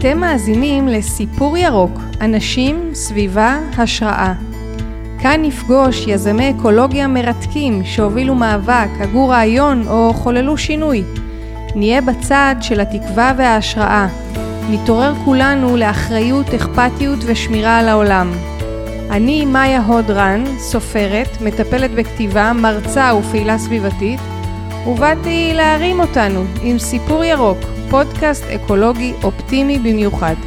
אתם מאזינים לסיפור ירוק, אנשים, סביבה, השראה. כאן נפגוש יזמי אקולוגיה מרתקים שהובילו מאבק, הגו רעיון או חוללו שינוי. נהיה בצד של התקווה וההשראה. נתעורר כולנו לאחריות, אכפתיות ושמירה על העולם. אני מאיה הודרן, סופרת, מטפלת בכתיבה, מרצה ופעילה סביבתית, ובאתי להרים אותנו עם סיפור ירוק, פודקאסט אקולוגי אופטימי במיוחד.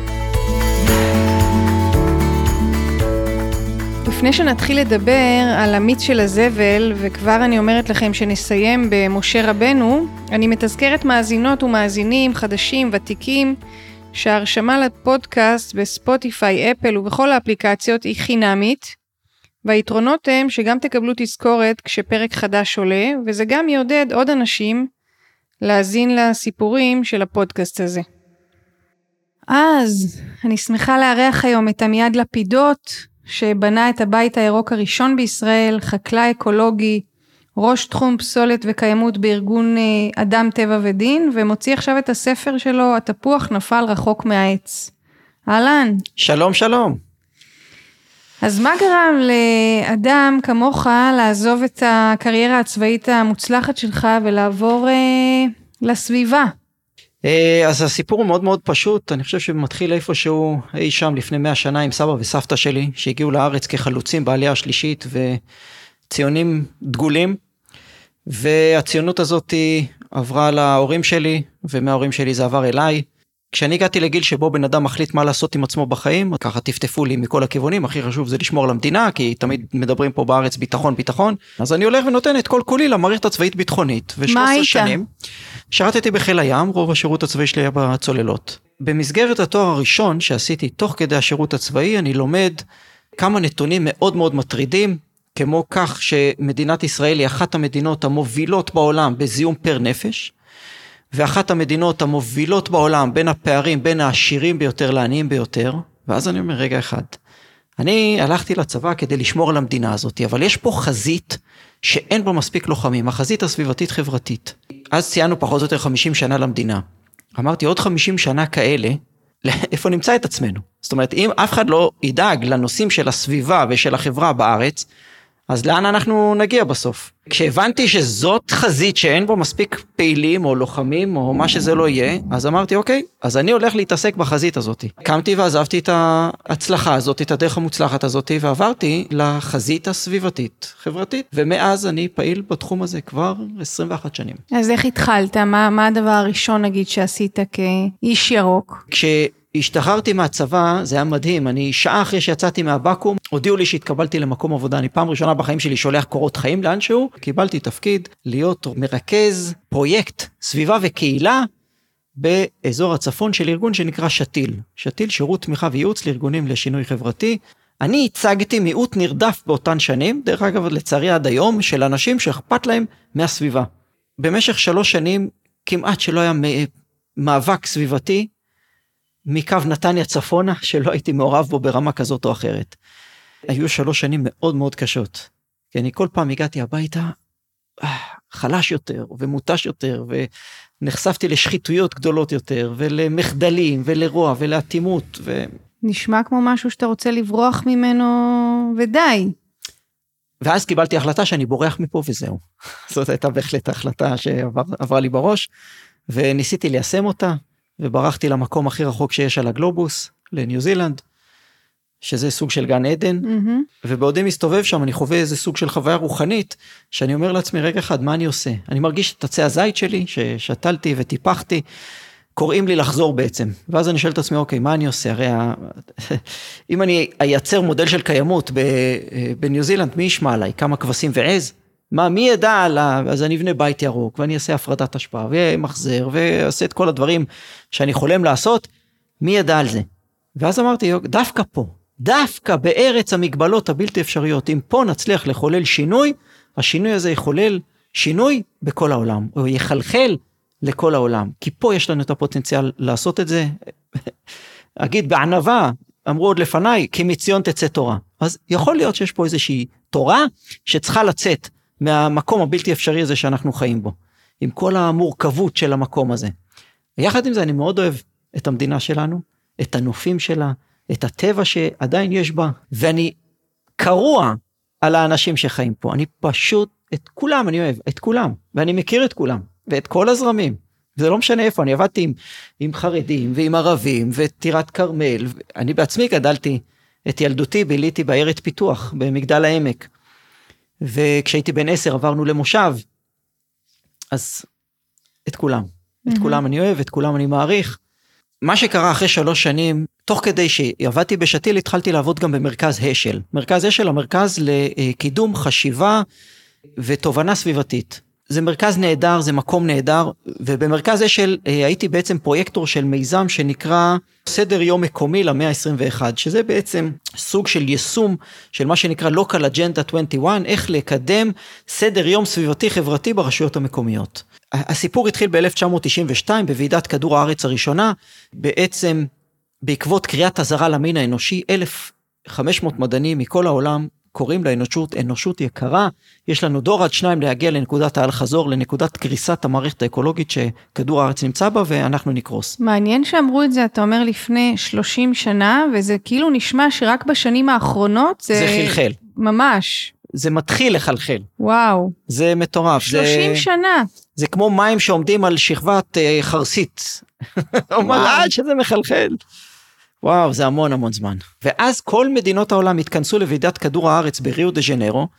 לפני שנתחיל לדבר על המיץ של הזבל, וכבר אני אומרת לכם שנסיים במשה רבנו, אני מתזכרת מאזינות ומאזינים חדשים, ותיקים, שההרשמה לפודקאסט בספוטיפיי, אפל ובכל האפליקציות היא חינמית, והיתרונות הם שגם תקבלו תזכורת כשפרק חדש עולה, וזה גם יעודד עוד אנשים להאזין לסיפורים של הפודקאסט הזה. אז אני שמחה לארח היום את עמיעד לפידות, שבנה את הבית הירוק הראשון בישראל, חקלאי אקולוגי, ראש תחום פסולת וקיימות בארגון אדם טבע ודין, ומוציא עכשיו את הספר שלו, התפוח נפל רחוק מהעץ. אהלן. שלום, שלום. אז מה גרם לאדם כמוך לעזוב את הקריירה הצבאית המוצלחת שלך ולעבור לסביבה? אז הסיפור הוא מאוד מאוד פשוט, אני חושב שמתחיל איפשהו אי שם לפני 100 שנה עם סבא וסבתא שלי, שהגיעו לארץ כחלוצים בעלייה השלישית וציונים דגולים, והציונות הזאת עברה להורים שלי, ומההורים שלי זה עבר אליי. כשאני הגעתי לגיל שבו בן אדם מחליט מה לעשות עם עצמו בחיים, ככה טפטפו לי מכל הכיוונים, הכי חשוב זה לשמור על המדינה, כי תמיד מדברים פה בארץ ביטחון, ביטחון, אז אני הולך ונותן את כל כולי למערכת הצבאית ביטחונית, ו13 שנים, שרתתי בחיל הים, רוב השירות הצבאי שלי היה בצוללות. במסגרת התואר הראשון שעשיתי תוך כדי השירות הצבאי, אני לומד כמה נתונים מאוד מאוד מטרידים, כמו כך שמדינת ישראל היא אחת המדינות המובילות בעולם בזיהום פר נפש, ואחת המדינות המובילות בעולם בין הפערים, בין העשירים ביותר לעניים ביותר, ואז אני אומר רגע אחד, אני הלכתי לצבא כדי לשמור על המדינה הזאת, אבל יש פה חזית שאין בה מספיק לוחמים, החזית הסביבתית חברתית. אז ציינו פחות או יותר 50 שנה למדינה. אמרתי עוד 50 שנה כאלה, איפה נמצא את עצמנו? זאת אומרת, אם אף אחד לא ידאג לנושאים של הסביבה ושל החברה בארץ, אז לאן אנחנו נגיע בסוף? כשהבנתי שזאת חזית שאין בו מספיק פעילים או לוחמים או מה שזה לא יהיה, אז אמרתי אוקיי, אז אני הולך להתעסק בחזית הזאת. קמתי ועזבתי את ההצלחה הזאת, את הדרך המוצלחת הזאת, ועברתי לחזית הסביבתית, חברתית, ומאז אני פעיל בתחום הזה כבר 21 שנים. אז איך התחלת? מה הדבר הראשון נגיד שעשית כאיש ירוק? השתחררתי מהצבא, זה היה מדהים, אני שעה אחרי שיצאתי מהבקום, הודיעו לי שהתקבלתי למקום עבודה, אני פעם ראשונה בחיים שלי שולח קורות חיים לאנשהו, קיבלתי תפקיד להיות מרכז פרויקט סביבה וקהילה, באזור הצפון של ארגון שנקרא שתיל, שתיל שירות תמיכה וייעוץ לארגונים לשינוי חברתי, אני הצגתי מיעוט נרדף באותן שנים, דרך אגב לצערי עד היום, של אנשים שאכפת להם מהסביבה. במשך 3 שנים כמעט שלא היה מאבק סביבתי, מקו נתניה צפונה, שלא הייתי מעורב בו ברמה כזאת או אחרת. היו 3 שנים מאוד מאוד קשות, כי אני כל פעם הגעתי הביתה, חלש יותר ומוטש יותר, ונחשפתי לשחיתויות גדולות יותר, ולמחדלים, ולרוע, ולאטימות. נשמע כמו משהו שאתה רוצה לברוח ממנו, ודי. ואז קיבלתי החלטה שאני בורח מפה וזהו. זאת הייתה בהחלט החלטה שעברה לי בראש, וניסיתי ליישם אותה, וברחתי למקום הכי רחוק שיש על הגלובוס, לניו זילנד, שזה סוג של גן עדן, ובעודי מסתובב שם, אני חווה איזה סוג של חוויה רוחנית, שאני אומר לעצמי, רגע אחד, מה אני עושה? אני מרגיש את עצי הזית שלי, ששתלתי וטיפחתי, קוראים לי לחזור בעצם, ואז אני שואל את עצמי, אוקיי, מה אני עושה? הרי אם אני אייצר מודל של קיימות בניו זילנד, מי ישמע עליי? כמה כבשים ועז? מי ידע עליו? אז אני אבנה בית ירוק, ואני אעשה הפרדת השפעה, ומחזר, ואעשה את כל הדברים שאני חולם לעשות, מי ידע על זה? ואז אמרתי, דווקא פה, דווקא בארץ המגבלות הבלתי אפשריות, אם פה נצליח לחולל שינוי, השינוי הזה יחולל שינוי בכל העולם, או יחלחל לכל העולם, כי פה יש לנו את הפוטנציאל לעשות את זה, אגיד בענווה, אמרו עוד לפניי, כי מציון תצא תורה, אז יכול להיות שיש פה איזושהי תורה, שצריכה לצאת מהמקום הבלתי אפשרי הזה שאנחנו חיים בו, עם כל המורכבות של המקום הזה. יחד עם זה אני מאוד אוהב את המדינה שלנו, את הנופים שלה, את הטבע שעדיין יש בה, ואני קרוע על האנשים שחיים פה, אני פשוט, את כולם אני אוהב, את כולם, ואני מכיר את כולם, ואת כל הזרמים, זה לא משנה איפה, אני עבדתי עם חרדים, ועם ערבים, וטירת קרמל, אני בעצמי גדלתי את ילדותי, ביליתי בעיירת פיתוח, במגדל העמק, וכשהייתי בן 10 עברנו למושב, אז את כולם, את כולם אני אוהב, את כולם אני מעריך. מה שקרה אחרי 3 שנים, תוך כדי שעבדתי בשתיל, התחלתי לעבוד גם במרכז השל. מרכז השל, המרכז לקידום חשיבה ותובנה סביבתית. זה מרכז נהדר, זה מקום נהדר, ובמרכז השל הייתי בעצם פרויקטור של מיזם שנקרא סדר יום מקומי למאה ה-21, שזה בעצם סוג של יישום של מה שנקרא Local Agenda 21, איך לקדם סדר יום סביבתי חברתי ברשויות המקומיות. הסיפור התחיל ב-1992 בוועידת כדור הארץ הראשונה, בעצם בעקבות קריאת הזרה למין האנושי, 1,500 מדענים מכל העולם קוראים לאנושות, אנושות יקרה, יש לנו דור עד 2 להגיע לנקודת האל חזור, לנקודת קריסת המערכת האקולוגית שכדור הארץ נמצא בה, ואנחנו נקרוס. מעניין שאמרו את זה, אתה אומר לפני 30 שנה, וזה כאילו נשמע שרק בשנים האחרונות, זה חלחל. ממש. זה מתחיל לחלחל. וואו. זה מטורף. 30 שנה. זה כמו מים שעומדים על שכבת חרסית. עד שזה מחלחל. וואו, זה המון המון זמן. ואז כל מדינות העולם התכנסו לוועידת כדור הארץ בריו דה ז'נרו,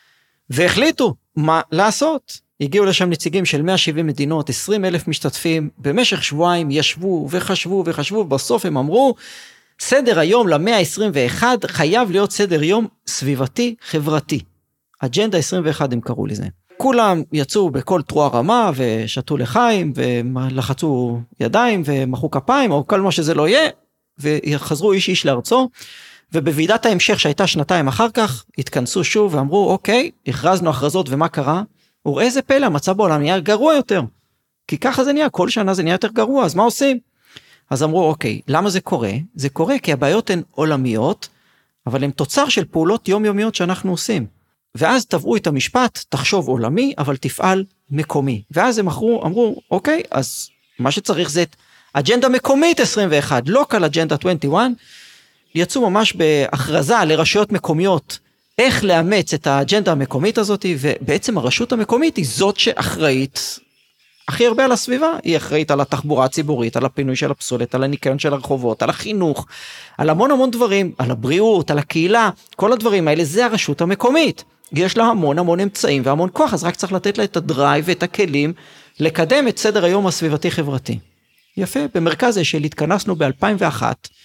והחליטו מה לעשות. הגיעו לשם נציגים של 170 מדינות, 20,000 משתתפים, במשך שבועיים ישבו וחשבו וחשבו, בסוף הם אמרו, סדר היום למאה ה-21 חייב להיות סדר יום סביבתי חברתי. אג'נדה 21 הם קראו לזה. כולם יצאו בכל תרועה רמה ושתו לחיים ולחצו ידיים ומחאו כפיים או כל מה שזה לא יהיה, וחזרו איש איש לארצו, ובוועידת ההמשך שהייתה 2 אחר כך, התכנסו שוב ואמרו, אוקיי, הכרזנו הכרזות ומה קרה? וראה איזה פלא, המצב בעולם נהיה גרוע יותר, כי ככה זה נהיה, כל שנה זה נהיה יותר גרוע, אז מה עושים? אז אמרו, אוקיי, למה זה קורה? זה קורה כי הבעיות הן עולמיות, אבל הן תוצר של פעולות יומיומיות שאנחנו עושים. ואז תבעו את המשפט, תחשוב עולמי, אבל תפעל מקומי. ואז הם אמרו, אוקיי, אז מה שצריך זה אג'נדה מקומית 21, Local Agenda 21, יצאו ממש בהכרזה לרשויות מקומיות, איך לאמץ את האג'נדה המקומית הזאת, ובעצם הרשות המקומית היא זאת שאחראית הכי הרבה על הסביבה, היא אחראית על התחבורה הציבורית, על הפינוי של הפסולת, על הניקיון של הרחובות, על החינוך, על המון המון דברים, על הבריאות, על הקהילה, כל הדברים האלה, זה הרשות המקומית. יש לה המון המון אמצעים והמון כוח, אז רק צריך לתת לה את הדרייב ואת הכלים, לקדם את סדר היום הסביבתי חברתי. יפה, במרכז השל התכנסנו ב-2001,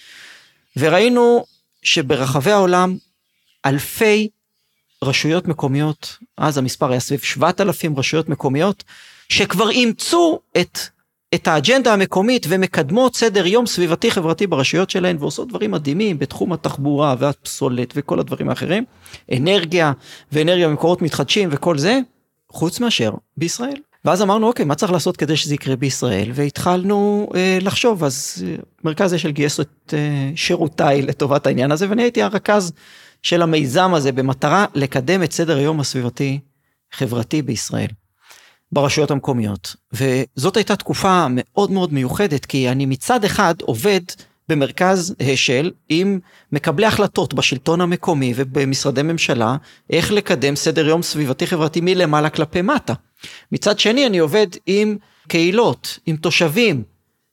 וראינו שברחבי העולם, אלפי רשויות מקומיות, אז המספר היה סביב 7,000 רשויות מקומיות, שכבר אימצו את האג'נדה המקומית, ומקדמות סדר יום סביבתי חברתי ברשויות שלהן, ועושות דברים מדהימים בתחום התחבורה והפסולת וכל הדברים האחרים, אנרגיה ואנרגיה ממקורות מתחדשים וכל זה, חוץ מאשר בישראל. ואז אמרנו, אוקיי, מה צריך לעשות כדי שזה יקרה בישראל? והתחלנו לחשוב, אז מרכז השל גייס את שירותיי לטובת העניין הזה, ואני הייתי הרכז של המיזם הזה, במטרה לקדם את סדר היום הסביבתי חברתי בישראל, ברשויות המקומיות. וזאת הייתה תקופה מאוד מאוד מיוחדת, כי אני מצד אחד עובד במרכז השל, עם מקבלי החלטות בשלטון המקומי ובמשרדי ממשלה, איך לקדם סדר יום סביבתי חברתי מלמעלה כלפי מטה. מצד שני אני עובד עם קהילות, עם תושבים,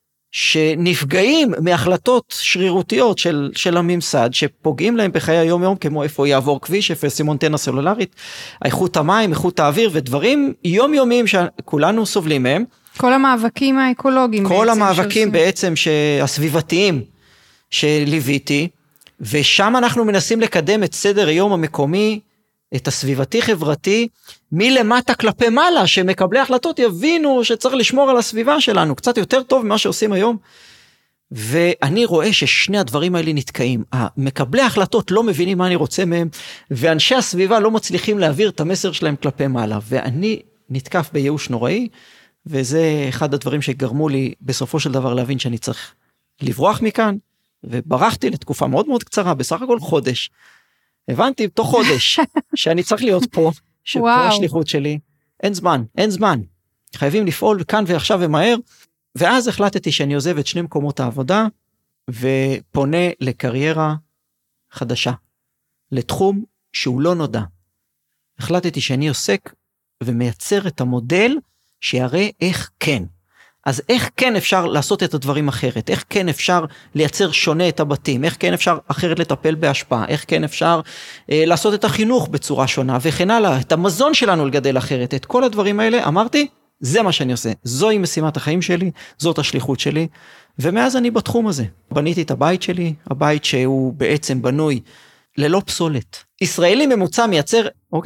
שנפגעים מהחלטות שרירותיות של הממסד, שפוגעים להם בחיי היום יום, כמו איפה יעבור כביש, איפה ישים אנטנה סלולרית, איכות המים, איכות האוויר, ודברים יומיומיים שכולנו סובלים מהם. כל המאבקים האקולוגיים. כל המאבקים בעצם הסביבתיים שליוויתי, ושם אנחנו מנסים לקדם את סדר היום המקומי, את הסביבתי חברתי, מלמטה כלפי מעלה, שמקבלי החלטות יבינו שצריך לשמור על הסביבה שלנו, קצת יותר טוב ממה שעושים היום. ואני רואה ששני הדברים האלה נתקעים, מקבלי החלטות לא מבינים מה אני רוצה מהם, ואנשי הסביבה לא מצליחים להעביר את המסר שלהם כלפי מעלה, ואני נתקף בייאוש נוראי, וזה אחד הדברים שגרמו לי בסופו של דבר להבין שאני צריך לברוח מכאן, וברחתי לתקופה מאוד מאוד קצרה, בסך הכל חודש, הבנתי תוך חודש שאני צריך להיות פה, שפה השליחות שלי, אין זמן, חייבים לפעול כאן ועכשיו ומהר, ואז החלטתי שאני עוזב את 2 מקומות העבודה, ופונה לקריירה חדשה, לתחום שהוא לא נודע. החלטתי שאני עוסק ומייצר את המודל שיראה איך כן. אז איך כן אפשר לעשות את הדברים אחרת, איך כן אפשר לייצר שונה את הבתים, איך כן אפשר אחרת לטפל בהשפעה, איך כן אפשר לעשות את החינוך בצורה שונה וכן הלאה, את המזון שלנו לגדל אחרת, את כל הדברים האלה אמרתי, זה מה שאני עושה, זוהי משימת החיים שלי, זאת השליחות שלי, ומאז אני בתחום הזה. בניתי את הבית שלי, הבית שהוא בעצם בנוי ללא פסולת. ישראלי ממוצע מייצר,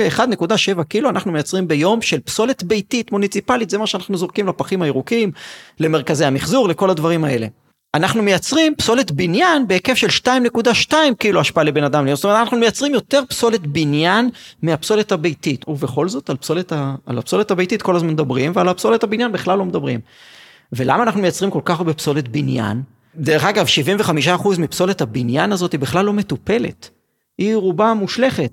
1.7 קילו אנחנו מייצרים ביום של פסולת ביתית, מוניציפלית, זה מה שאנחנו זורקים לפחים הירוקים, למרכזי המחזור, לכל הדברים האלה. אנחנו מייצרים פסולת בניין בהיקף של 2.2 קילו השפעה לבן אדם. זאת אומרת, אנחנו מייצרים יותר פסולת בניין מהפסולת הביתית. ובכל זאת, על הפסולת הביתית כל הזמן מדברים, ועל הפסולת הבניין בכלל לא מדברים. ולמה אנחנו מייצרים כל כך הרבה פסולת בניין? דרך אגב, 75% מפסולת הבניין הזאת היא בכלל לא מטופלת. היא רובה מושלכת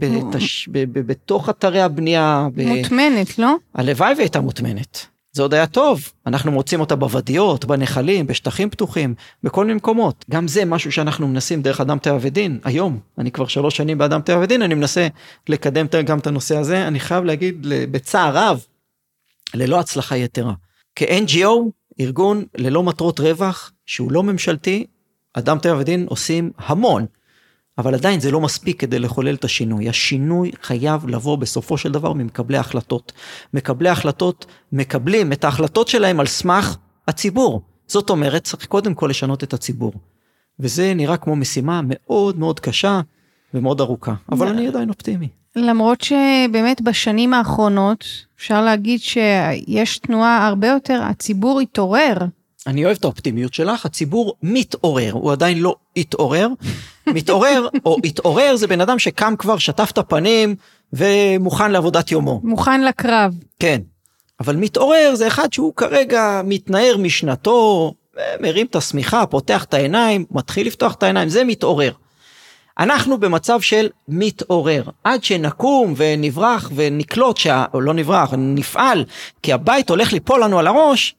בתוך אתרי הבנייה. מוטמנת, לא? הלוואי והייתה מוטמנת. זה עוד היה טוב. אנחנו מוצאים אותה בוודיות, בנחלים, בשטחים פתוחים, בכל מיני מקומות. גם זה משהו שאנחנו מנסים דרך אדם טבע ודין. היום, אני כבר 3 שנים באדם טבע ודין, אני מנסה לקדם גם את הנושא הזה. אני חייב להגיד בצער רב, ללא הצלחה יתרה. כ-NGO, ארגון ללא מטרות רווח, שהוא לא ממשלתי, אדם טבע ודין עושים המון. אבל עדיין זה לא מספיק כדי לחולל את השינוי. השינוי חייב לבוא בסופו של דבר ממקבלי ההחלטות. מקבלי ההחלטות מקבלים את ההחלטות שלהם על סמך הציבור. זאת אומרת, צריך קודם כל לשנות את הציבור. וזה נראה כמו משימה מאוד מאוד קשה ומאוד ארוכה. אבל אני עדיין אופטימי. למרות שבאמת בשנים האחרונות, אפשר להגיד שיש תנועה הרבה יותר, הציבור התעורר. אני אוהב את האופטימיות שלך, הציבור מתעורר, הוא עדיין לא התעורר, מתעורר או התעורר זה בן אדם שקם כבר, שטף את הפנים ומוכן לעבודת יומו. מוכן לקרב. כן, אבל מתעורר זה אחד שהוא כרגע מתנער משנתו, מרים את השמיכה, פותח את העיניים, מתחיל לפתוח את העיניים, זה מתעורר. אנחנו במצב של מתעורר, עד שנקום ונברח ונקלוט, לא נברח, נפעל, כי הבית הולך ליפול לנו על הראש,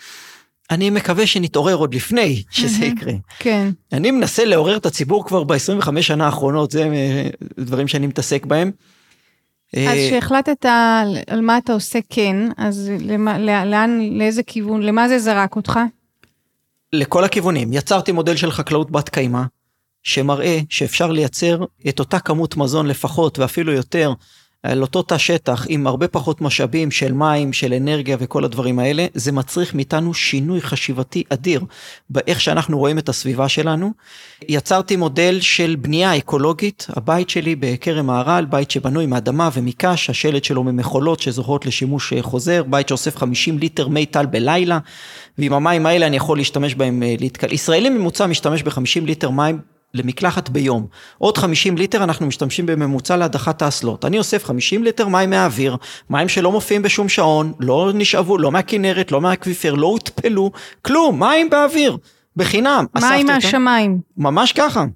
אני מקווה שנתעורר עוד לפני שזה יקרה. כן. אני מנסה לעורר את הציבור כבר ב-25 שנה האחרונות, זה דברים שאני מתעסק בהם. אז שהחלטת על מה אתה עושה כן, אז לאן, לאיזה כיוון, למה זה זרק אותך? לכל הכיוונים. יצרתי מודל של חקלאות בת קיימא, שמראה שאפשר לייצר את אותה כמות מזון לפחות, ואפילו יותר, על אותו תא שטח, עם הרבה פחות משאבים של מים, של אנרגיה וכל הדברים האלה, זה מצריך מאיתנו שינוי חשיבתי אדיר, באיך שאנחנו רואים את הסביבה שלנו. יצרתי מודל של בנייה אקולוגית, הבית שלי בכרם מהר"ל, בית שבנוי מאדמה ומקש, השלט שלו ממחולות שזוכות לשימוש חוזר, בית שאוסף 50 ליטר מי טל בלילה, ועם המים האלה אני יכול להשתמש בהם, ישראלי ממוצע משתמש ב-50 ליטר מים, למקלחת ביום. עוד 50 ליטר אנחנו משתמשים בממוצע להדחת האסלות. אני אוסף 50 ליטר מים מהאוויר, מים שלא מופיעים בשום שעון, לא נשאבו, לא מהכינרת, לא מהאקוויפר, לא הותפלו, כלום, מים באוויר, בחינם. מים מהשמיים. ממש ככה.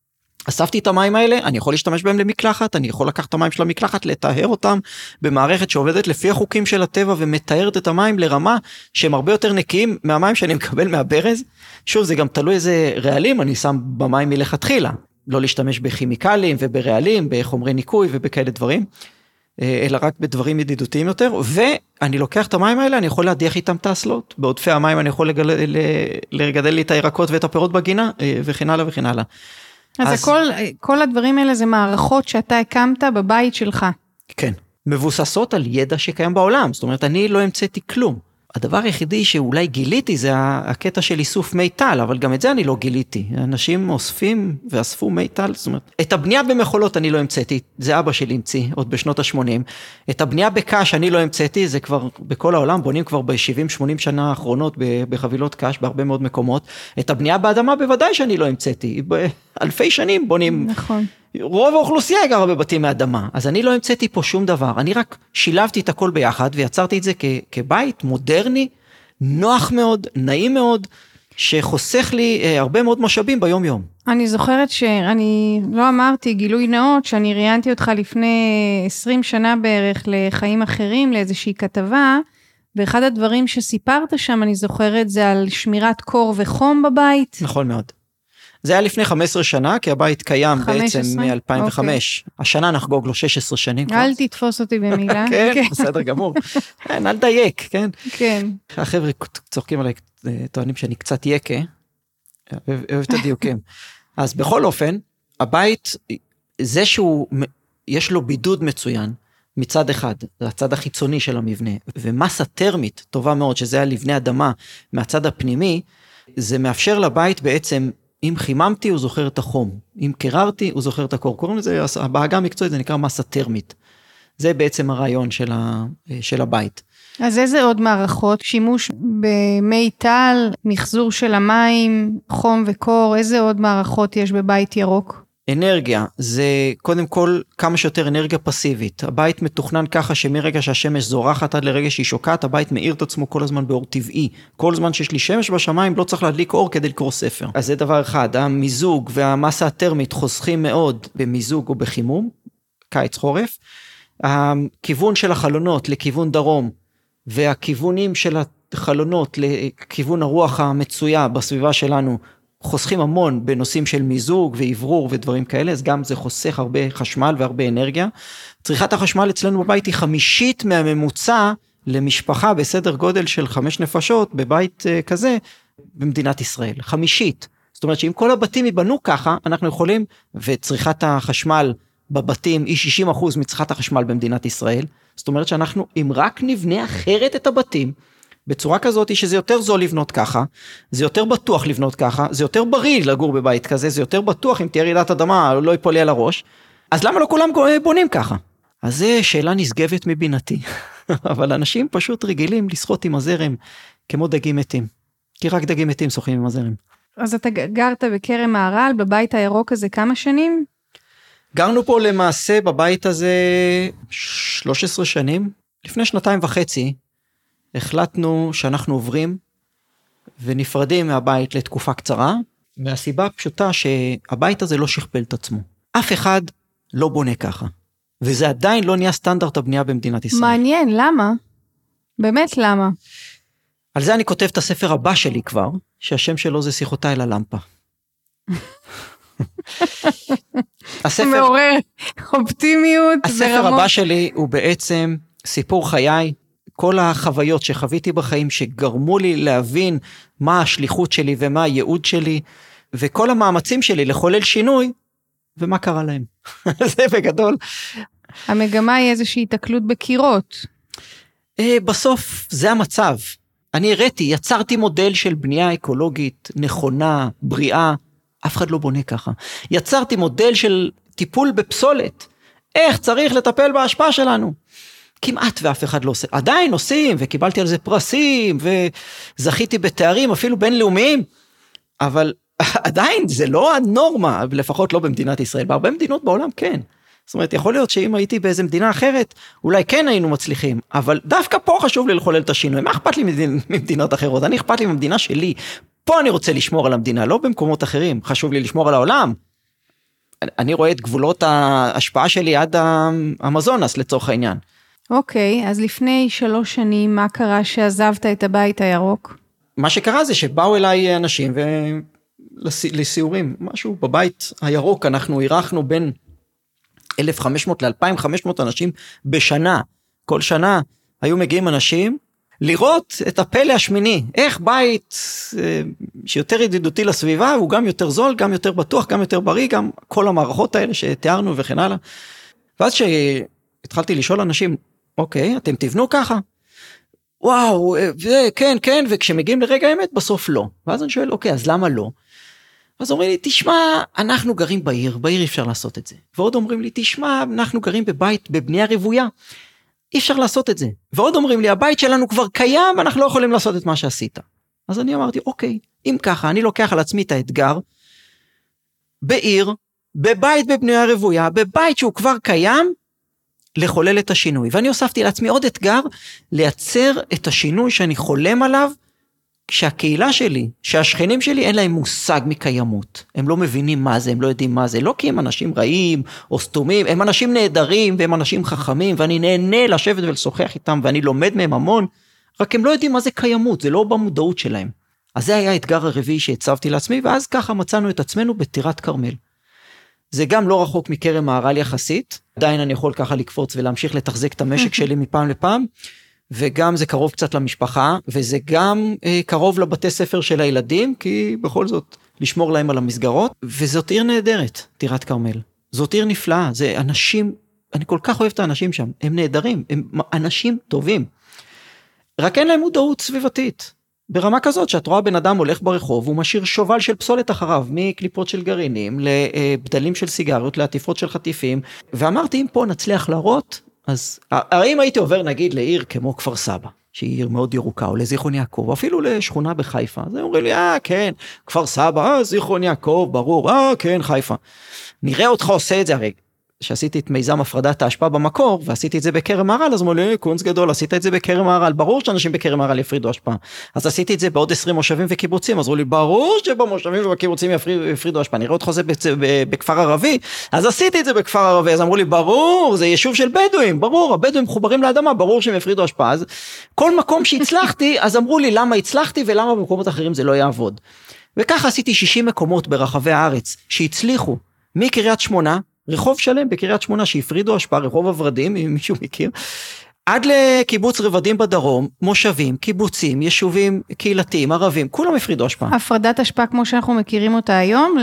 אספתי את המים האלה, אני יכול להשתמש בהם למקלחת, אני יכול לקחת את המים של המקלחת, לטהר אותם במערכת שעובדת לפי החוקים של הטבע, ומתארת את המים לרמה שהם הרבה יותר נקיים מהמים שאני מקבל מהברז. שוב, זה גם תלוי איזה רעלים אני שם במים מלכתחילה. לא להשתמש בכימיקלים וברעלים, בחומרי ניקוי ובכאלה דברים, אלא רק בדברים ידידותיים יותר, ואני לוקח את המים האלה, אני יכול להדיח איתם את האסלות, בעודפי המים אני יכול לגדל לי את הירקות ואת הפירות בגינה, וכן הלאה וכן הלאה. אז כל הדברים האלה זה מערכות שאתה הקמת בבית שלך. כן, מבוססות על ידע שקיים בעולם, זאת אומרת, אני לא המצאתי כלום. הדבר היחידי שאולי גיליתי זה הקטע של איסוף מי טל, אבל גם את זה אני לא גיליתי. אנשים אוספים ואספו מי טל, זאת אומרת, את הבנייה במחולות אני לא המצאתי, זה אבא שלי המציא, עוד בשנות ה-80. את הבנייה בקש אני לא המצאתי, זה כבר בכל העולם, בונים כבר ב-70-80 שנה האחרונות בחבילות קש, בהרבה מאוד מקומות. את הבנייה באדמה בוודאי שאני לא המצאתי, באלפי שנים בונים. נכון. רוב האוכלוסייה גרה בבתים מאדמה, אז אני לא המצאתי פה שום דבר, אני רק שילבתי את הכל ביחד, ויצרתי את זה כבית מודרני, נוח מאוד, נעים מאוד, שחוסך לי הרבה מאוד משאבים ביום יום. אני זוכרת שאני לא אמרתי גילוי נאות, שאני ראיינתי אותך לפני 20 שנה בערך לחיים אחרים, לאיזושהי כתבה, ואחד הדברים שסיפרת שם, אני זוכרת, זה על שמירת קור וחום בבית. נכון מאוד. זה היה לפני 15 שנה, כי הבית קיים 15? בעצם מ-2005. Okay. השנה נחגוג לו 16 שנים. אל תתפוס אותי במילה. כן, בסדר גמור. אל דייק, כן? כן. החבר'ה צוחקים עליי, טוענים שאני קצת יקה, אוהב את הדיוקים. אז בכל אופן, הבית, זה שהוא, יש לו בידוד מצוין, מצד אחד, זה הצד החיצוני של המבנה, ומסה טרמית טובה מאוד, שזה היה לבני אדמה מהצד הפנימי, זה מאפשר לבית בעצם, אם חיממתי, הוא זוכר את החום, אם קררתי, הוא זוכר את הקור, קוראים לזה, בהגה המקצועית, זה נקרא מסה טרמית, זה בעצם הרעיון של הבית. אז איזה עוד מערכות? שימוש במי טל, מחזור של המים, חום וקור, איזה עוד מערכות יש בבית ירוק? אנרגיה, זה קודם כל כמה שיותר אנרגיה פסיבית. הבית מתוכנן ככה שמרגע שהשמש זורחת עד לרגע שהיא שוקעת, הבית מאיר את עצמו כל הזמן באור טבעי. כל זמן שיש לי שמש בשמיים לא צריך להדליק אור כדי לקרוא ספר. אז זה דבר אחד, המיזוג והמסה הטרמית חוסכים מאוד במיזוג או בחימום, קיץ חורף. הכיוון של החלונות לכיוון דרום, והכיוונים של החלונות לכיוון הרוח המצויה בסביבה שלנו, חוסכים המון בנושאים של מיזוג ועברור ודברים כאלה, אז גם זה חוסך הרבה חשמל והרבה אנרגיה. צריכת החשמל אצלנו בבית היא 1/5 מהממוצע למשפחה בסדר גודל של 5 נפשות בבית כזה במדינת ישראל, 1/5. זאת אומרת שאם כל הבתים ייבנו ככה, אנחנו יכולים, וצריכת החשמל בבתים היא 60% מצריכת החשמל במדינת ישראל, זאת אומרת שאנחנו, אם רק נבנה אחרת את הבתים, בצורה כזאת שזה יותר זול לבנות ככה, זה יותר בטוח לבנות ככה, זה יותר בריא לגור בבית כזה, זה יותר בטוח אם תהיה רעידת אדמה, לא ייפול לי על הראש, אז למה לא כולם בונים ככה? אז זו שאלה נשגבת מבינתי, אבל אנשים פשוט רגילים לשחות עם הזרם, כמו דגים מתים, כי רק דגים מתים שוחים עם הזרם. אז אתה גרת בכרם מהר"ל, בבית הירוק הזה כמה שנים? גרנו פה למעשה בבית הזה 13 שנים, לפני 2.5 החלטנו שאנחנו עוברים ונפרדים מהבית לתקופה קצרה, מהסיבה הפשוטה שהבית הזה לא שכפל את עצמו. אף אחד לא בונה ככה, וזה עדיין לא נהיה סטנדרט הבנייה במדינת ישראל. מעניין, למה? באמת למה? על זה אני כותב את הספר הבא שלי כבר, שהשם שלו זה שיחותיי אל הלמפה. מעורר אופטימיות. הספר הבא שלי הוא בעצם סיפור חיי, כל החוויות שחוויתי בחיים שגרמו לי להבין מה השליחות שלי ומה הייעוד שלי, וכל המאמצים שלי לחולל שינוי, ומה קרה להם. זה בגדול. המגמה היא איזושהי התקלות בקירות. בסוף זה המצב. אני הראיתי, יצרתי מודל של בנייה אקולוגית, נכונה, בריאה, אף אחד לא בונה ככה. יצרתי מודל של טיפול בפסולת, איך צריך לטפל בהשפעה שלנו. כמעט ואף אחד לא עושה, עדיין עושים, וקיבלתי על זה פרסים, וזכיתי בתארים אפילו בינלאומיים, אבל עדיין זה לא הנורמה, לפחות לא במדינת ישראל, בהרבה מדינות בעולם כן. זאת אומרת, יכול להיות שאם הייתי באיזה מדינה אחרת, אולי כן היינו מצליחים, אבל דווקא פה חשוב לי לחולל את השינוי, מה אכפת לי ממדינות אחרות? אני אכפת לי ממדינה שלי, פה אני רוצה לשמור על המדינה, לא במקומות אחרים, חשוב לי לשמור על העולם. אני רואה את גבולות ההשפעה שלי עד האמזונס לצורך העניין. אוקיי, אז לפני 3 שנים, מה קרה שעזבת את הבית הירוק? מה שקרה זה שבאו אליי אנשים לסיורים, משהו בבית הירוק, אנחנו אירחנו בין 1,500 ל-2,500 אנשים בשנה. כל שנה היו מגיעים אנשים לראות את הפלא השמיני, איך בית שיותר ידידותי לסביבה, הוא גם יותר זול, גם יותר בטוח, גם יותר בריא, גם כל המערכות האלה שתיארנו וכן הלאה. ואז שהתחלתי לשאול אנשים, אוקיי, אתם תבנו ככה? וואו, כן, כן, וכשמגיעים לרגע האמת, בסוף לא. ואז אני שואל, אוקיי, אז למה לא? אז אומרים לי, תשמע, אנחנו גרים בעיר אפשר לעשות את זה. ועוד אומרים לי, תשמע, אנחנו גרים בבית, בבנייה רוויה, אי אפשר לעשות את זה. ועוד אומרים לי, הבית שלנו כבר קיים, אנחנו לא יכולים לעשות את מה שעשית. אז אני אמרתי, אוקיי, אם ככה, אני לוקח על עצמי את האתגר, בעיר, בבית בבנייה רוויה, בבית שהוא כבר קיים, לחולל את השינוי. ואני הוספתי לעצמי עוד אתגר, לייצר את השינוי שאני חולם עליו, כשהקהילה שלי, שהשכנים שלי, אין להם מושג מקיימות. הם לא מבינים מה זה, הם לא יודעים מה זה. לא כי הם אנשים רעים או סתומים, הם אנשים נהדרים והם אנשים חכמים, ואני נהנה לשבת ולשוחח איתם, ואני לומד מהם המון, רק הם לא יודעים מה זה קיימות, זה לא במודעות שלהם. אז זה היה האתגר הרביעי שהצבתי לעצמי, ואז ככה מצאנו את עצמנו בטירת כרמל. זה גם לא רחוק מכרם מהר"ל יחסית, עדיין אני יכול ככה לקפוץ ולהמשיך לתחזק את המשק שלי מפעם לפעם, וגם זה קרוב קצת למשפחה, וזה גם קרוב לבתי ספר של הילדים, כי בכל זאת לשמור להם על המסגרות, וזאת עיר נהדרת, טירת כרמל. זאת עיר נפלאה, זה אנשים, אני כל כך אוהב את האנשים שם, הם נהדרים, הם אנשים טובים. רק אין להם מודעות סביבתית. ברמה כזאת שאת רואה בן אדם הולך ברחוב, הוא משאיר שובל של פסולת אחריו, מקליפות של גרעינים, לבדלים של סיגריות, לעטיפות של חטיפים, ואמרתי אם פה נצליח להראות, אז האם הייתי עובר נגיד לעיר כמו כפר סבא, שהיא עיר מאוד ירוקה, או לזיכרון יעקב, אפילו לשכונה בחיפה, אז הם אומרים לי, כן, כפר סבא, זיכרון יעקב, ברור, כן, חיפה. נראה אותך עושה את זה, הרי שעשיתי את מיזם הפרדת האשפה במקור, ועשיתי את זה בכרם מהר"ל, אז אמרו לי, קונץ גדול, עשית את זה בכרם מהר"ל, ברור שאנשים בכרם מהר"ל יפרידו אשפה. אז עשיתי את זה בעוד 20 מושבים וקיבוצים, אז אמרו לי, ברור שבמושבים ובקיבוצים יפרידו אשפה, נראה אותך זה בכפר ערבי, אז עשיתי את זה בכפר ערבי, אז אמרו לי, ברור, זה יישוב של בדואים, ברור, הבדואים מחוברים לאדמה, ברור שהם יפרידו אשפה, אז כל מקום שהצלחתי, אז אמרו לי, למה הצלחתי ולמה במקומות אחרים זה לא יעבוד. וככה עשיתי 60 מקומות ברחבי הארץ, שהצליחו, מקריית שמונה, רחוב שלם בקריית שמונה שהפרידו אשפה, רחוב הוורדים, אם מישהו מכיר, עד לקיבוץ רבדים בדרום, מושבים, קיבוצים, יישובים קהילתיים, ערבים, כולם הפרידו אשפה. הפרדת אשפה כמו שאנחנו מכירים אותה היום,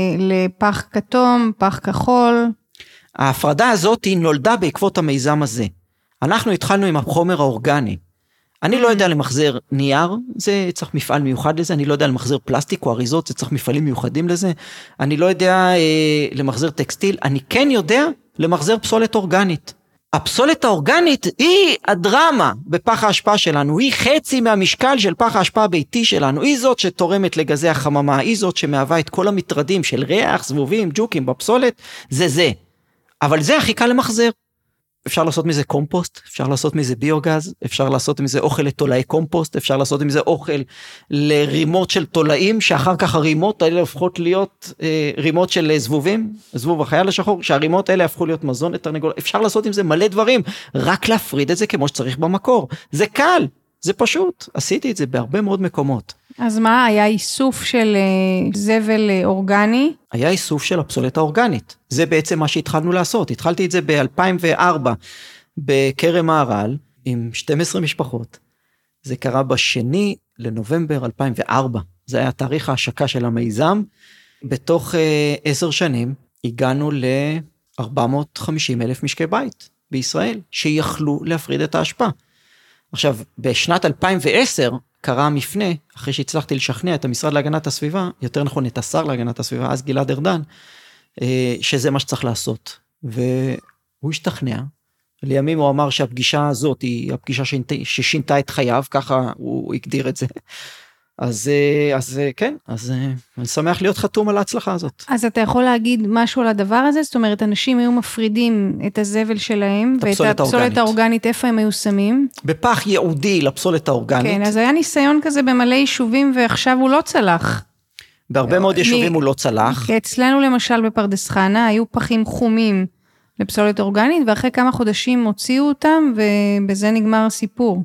לפח כתום, פח כחול. ההפרדה הזאת היא נולדה בעקבות המיזם הזה. אנחנו התחלנו עם החומר האורגני. אני לא יודע למחזר נייר, זה צריך מפעל מיוחד לזה, אני לא יודע למחזר פלסטיק או אריזות, זה צריך מפעלים מיוחדים לזה, אני לא יודע למחזר טקסטיל, אני כן יודע למחזר פסולת אורגנית. הפסולת האורגנית היא הדרמה בפח האשפה שלנו, היא חצי מהמשקל של פח האשפה הביתי שלנו, היא זאת שתורמת לגזי החממה, היא זאת שמהווה את כל המטרדים של ריח, זבובים, ג'וקים בפסולת, זה. אבל זה הכי קל למחזר. אפשר לעשות מזה קומפוסט, אפשר לעשות מזה ביוגז, אפשר לעשות מזה אוכל לתולעי קומפוסט, אפשר לעשות מזה אוכל לרימות של תולעים, שאחר כך הרימות האלה הופכות להיות רימות של זבובים, זבוב החייל השחור, שהרימות האלה הפכו להיות מזון לתרנגול, אפשר לעשות עם זה מלא דברים, רק להפריד את זה כמו שצריך במקור, זה קל, זה פשוט, עשיתי את זה בהרבה מאוד מקומות. אז מה, היה איסוף של זבל אורגני? היה איסוף של הפסולת האורגנית. זה בעצם מה שהתחלנו לעשות. התחלתי את זה ב-2004 בכרם מהר"ל עם 12 משפחות. זה קרה ב2 לנובמבר 2004. זה היה תאריך ההשקה של המיזם. בתוך 10 שנים הגענו ל-450,000 משקי בית בישראל, שיכלו להפריד את האשפה. עכשיו, בשנת 2010 קרה המפנה, אחרי שהצלחתי לשכנע את המשרד להגנת הסביבה, יותר נכון את השר להגנת הסביבה, אז גלעד ארדן, שזה מה שצריך לעשות. והוא השתכנע, לימים הוא אמר שהפגישה הזאת היא הפגישה ששינתה את חייו, ככה הוא הגדיר את זה. אז כן, אני שמח להיות חתום על ההצלחה הזאת. אז אתה יכול להגיד משהו על הדבר הזה? זאת אומרת, אנשים היו מפרידים את הזבל שלהם, ואת הפסולת האורגנית, איפה הם היו שמים? בפח ייעודי לפסולת האורגנית. כן, אז היה ניסיון כזה במלא יישובים, ועכשיו הוא לא צלח. בהרבה מאוד יישובים הוא לא צלח. אצלנו למשל בפרדס חנה, היו פחים חומים לפסולת אורגנית, ואחרי כמה חודשים הוציאו אותם, ובזה נגמר הסיפור.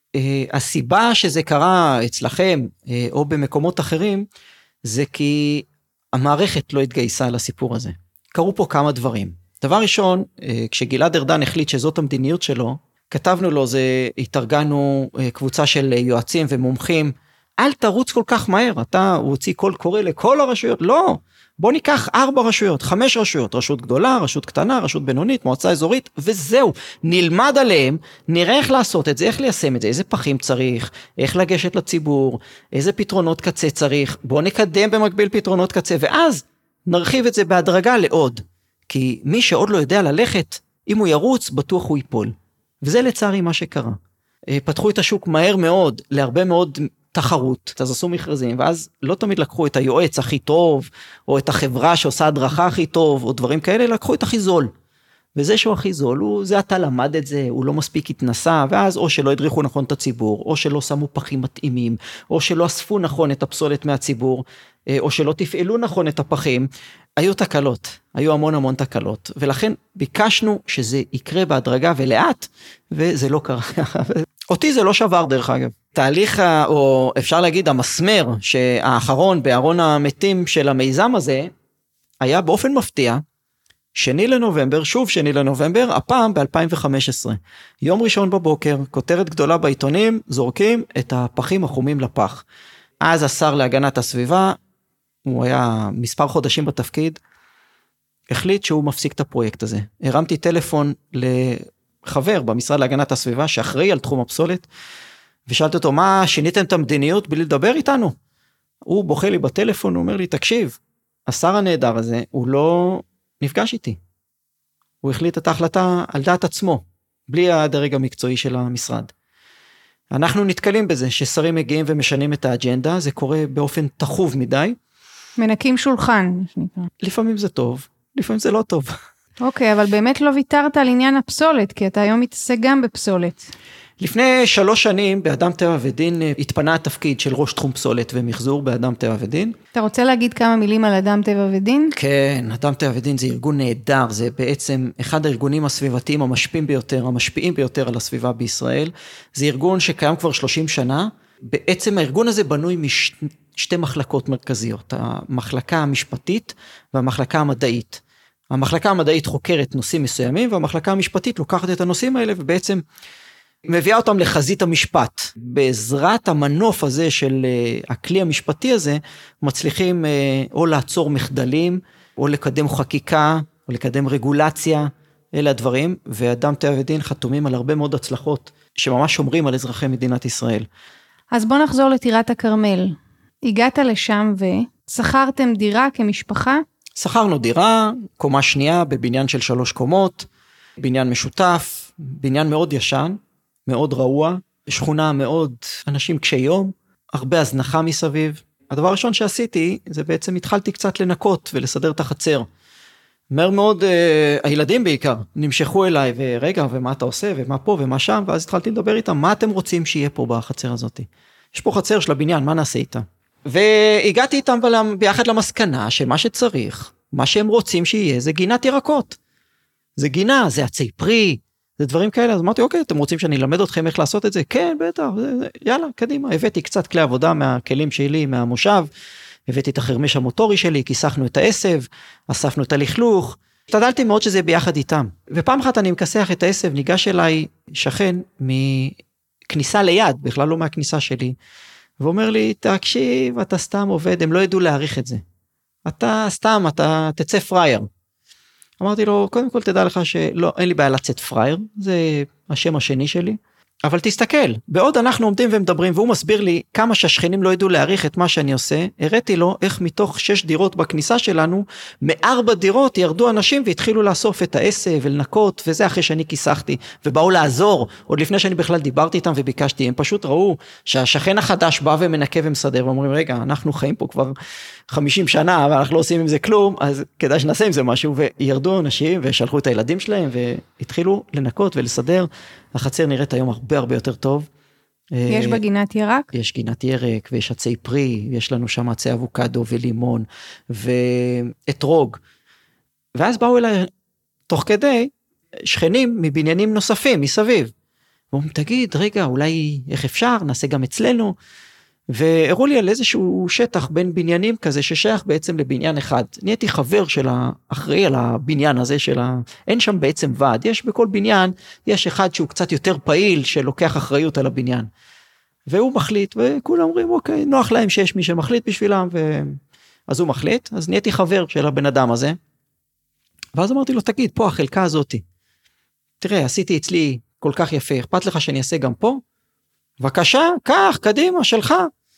הסיבה שזה קרה אצלכם או במקומות אחרים, זה כי המערכת לא התגייסה לסיפור הזה. קרו פה כמה דברים. דבר ראשון, כשגלעד ארדן החליט שזאת המדיניות שלו, כתבנו לו, התארגנו קבוצה של יועצים ומומחים, אל תרוץ כל כך מהר, הוא הוציא קול קורא לכל הרשויות, לא, בוא ניקח 4 רשויות, 5 רשויות, רשות גדולה, רשות קטנה, רשות בינונית, מועצה אזורית, וזהו, נלמד עליהם, נראה איך לעשות את זה, איך ליישם את זה, איזה פחים צריך, איך לגשת לציבור, איזה פתרונות קצה צריך, בוא נקדם במקביל פתרונות קצה, ואז נרחיב את זה בהדרגה לעוד, כי מי שעוד לא יודע ללכת, אם הוא ירוץ, בטוח הוא ייפול, וזה לצערי מה שקרה. פתחו את השוק מהר מאוד, להרבה מאוד תחרות, אז עשו מכרזים, ואז לא תמיד לקחו את היועץ הכי טוב, או את החברה שעושה הדרכה הכי טוב, או דברים כאלה, לקחו את הכי זול. וזה שהוא הכי זול, זה אתה למד את זה, הוא לא מספיק התנסה, ואז או שלא הדריכו נכון את הציבור, או שלא שמו פחים מתאימים, או שלא אספו נכון את הפסולת מהציבור, או שלא תפעלו נכון את הפחים, היו תקלות, היו המון תקלות, ולכן ביקשנו שזה יקרה בהדרגה ולאט, וזה לא קרה. אותי זה לא שבר דרך אגב. תהליך, או אפשר להגיד המסמר, שהאחרון בארון המתים של המיזם הזה, היה באופן מפתיע, 2 לנובמבר, שוב 2 לנובמבר, הפעם ב-2015. יום ראשון בבוקר, כותרת גדולה בעיתונים, זורקים את הפחים החומים לפח. אז השר להגנת הסביבה, הוא היה מספר חודשים בתפקיד, החליט שהוא מפסיק את הפרויקט הזה. הרמתי טלפון לחבר במשרד להגנת הסביבה, שאחראי על תחום הפסולת, ושאלתי אותו, מה, שיניתם את המדיניות בלי לדבר איתנו? הוא בוכה לי בטלפון, הוא אומר לי, תקשיב, השר הנהדר הזה, הוא לא נפגש איתי. הוא החליט את ההחלטה על דעת עצמו, בלי הדרג המקצועי של המשרד. אנחנו נתקלים בזה, ששרים מגיעים ומשנים את האג'נדה, זה קורה באופן תחוב מדי. מנקים שולחן. לפעמים זה טוב, לפעמים זה לא טוב. אוקיי, אבל באמת לא ויתרת על עניין הפסולת, כי אתה היום מתעסק גם בפסולת. לפני 3 שנים, באדם טבע ודין, התפנה התפקיד של ראש תחום פסולת ומחזור באדם טבע ודין. אתה רוצה להגיד כמה מילים על אדם טבע ודין? כן, אדם טבע ודין זה ארגון נהדר, זה בעצם אחד הארגונים הסביבתיים המשפיעים ביותר על הסביבה בישראל. זה ארגון שקיים כבר 30 שנה. בעצם הארגון הזה בנוי משתי מחלקות מרכזיות, המחלקה המשפטית והמחלקה המדעית. המחלקה המדעית חוקרת נושאים מסוימים, והמחלקה המשפטית לוקחת את הנושאים האלה ובעצם מביאה אותם לחזית המשפט. בעזרת המנוף הזה של הכלי המשפטי הזה, מצליחים או לעצור מחדלים, או לקדם חקיקה, או לקדם רגולציה, אלה הדברים, ואדם טבע ודין חתומים על הרבה מאוד הצלחות, שממש שומרים על אזרחי מדינת ישראל. אז בוא נחזור לטירת הכרמל. הגעת לשם ושכרתם דירה כמשפחה? שכרנו דירה, קומה שנייה, בבניין של 3 קומות, בניין משותף, בניין מאוד ישן, מאוד רעוע, שכונה מאוד אנשים קשי יום, הרבה הזנחה מסביב. הדבר הראשון שעשיתי, זה בעצם התחלתי קצת לנקות ולסדר את החצר. מהר מאוד, הילדים בעיקר, נמשכו אליי, ורגע, ומה אתה עושה, ומה פה, ומה שם, ואז התחלתי לדבר איתם, מה אתם רוצים שיהיה פה בחצר הזאת? יש פה חצר של הבניין, מה נעשה איתה? והגעתי איתם ביחד למסקנה, שמה שצריך, מה שהם רוצים שיהיה, זה גינת ירקות. זה גינה, זה עצי פרי, זה דברים כאלה, אז אמרתי, אוקיי, אתם רוצים שאני אלמד אתכם איך לעשות את זה? כן, בטח, יאללה, קדימה. הבאתי קצת כלי עבודה מהכלים שלי, מהמושב, הבאתי את החרמש המוטורי שלי, כיסחנו את העשב, אספנו את הלכלוך, השתדלתי מאוד שזה ביחד איתם. ופעם אחת אני מכסח את העשב, ניגש אליי שכן מכניסה ליד, בכלל לא מהכניסה שלי, ואומר לי, תקשיב, אתה סתם עובד, הם לא ידעו להעריך את זה. אתה סתם, אתה תצא פרייר. אמרתי לו, קודם כל תדע לך שלא, אין לי בעיה לצאת פרייר, זה השם השני שלי, אבל תסתכל, בעוד אנחנו עומדים ומדברים, והוא מסביר לי כמה שהשכנים לא ידעו להעריך את מה שאני עושה, הראיתי לו איך מתוך 6 דירות בכניסה שלנו, מ4 דירות ירדו אנשים והתחילו לאסוף את העשב ולנקות, וזה אחרי שאני כיסחתי, ובאו לעזור, עוד לפני שאני בכלל דיברתי איתם וביקשתי, הם פשוט ראו שהשכן החדש בא ומנקה ומסדר, ואומרים, רגע, אנחנו חיים פה כבר 50 שנה, אבל אנחנו לא עושים עם זה כלום, אז כדאי שנעשה עם זה משהו, וירדו אנשים ושלחו את הילדים שלהם, והתחילו לנקות ולסדר, החצר נראית היום הרבה יותר טוב. יש בה גינת ירק? יש גינת ירק, ויש עצי פרי, יש לנו שם עצי אבוקדו ולימון, ואתרוג. ואז באו אליי, תוך כדי, שכנים מבניינים נוספים, מסביב. ואומרים, תגיד, רגע, אולי איך אפשר, נעשה גם אצלנו, והראו לי על איזשהו שטח בין בניינים כזה, ששייך בעצם לבניין אחד. נהייתי חבר של האחראי על הבניין הזה, אין שם בעצם ועד, יש בכל בניין, יש אחד שהוא קצת יותר פעיל, שלוקח אחריות על הבניין. והוא מחליט, וכולם אומרים, אוקיי, נוח להם שיש מי שמחליט בשבילם, אז הוא מחליט, אז נהייתי חבר של הבן אדם הזה, ואז אמרתי לו, תגיד, פה החלקה הזאת, תראה, עשיתי אצלי כל כך יפה, אכפת לך שאני אעשה גם פה? בבקשה, קח, קדימה, שלך.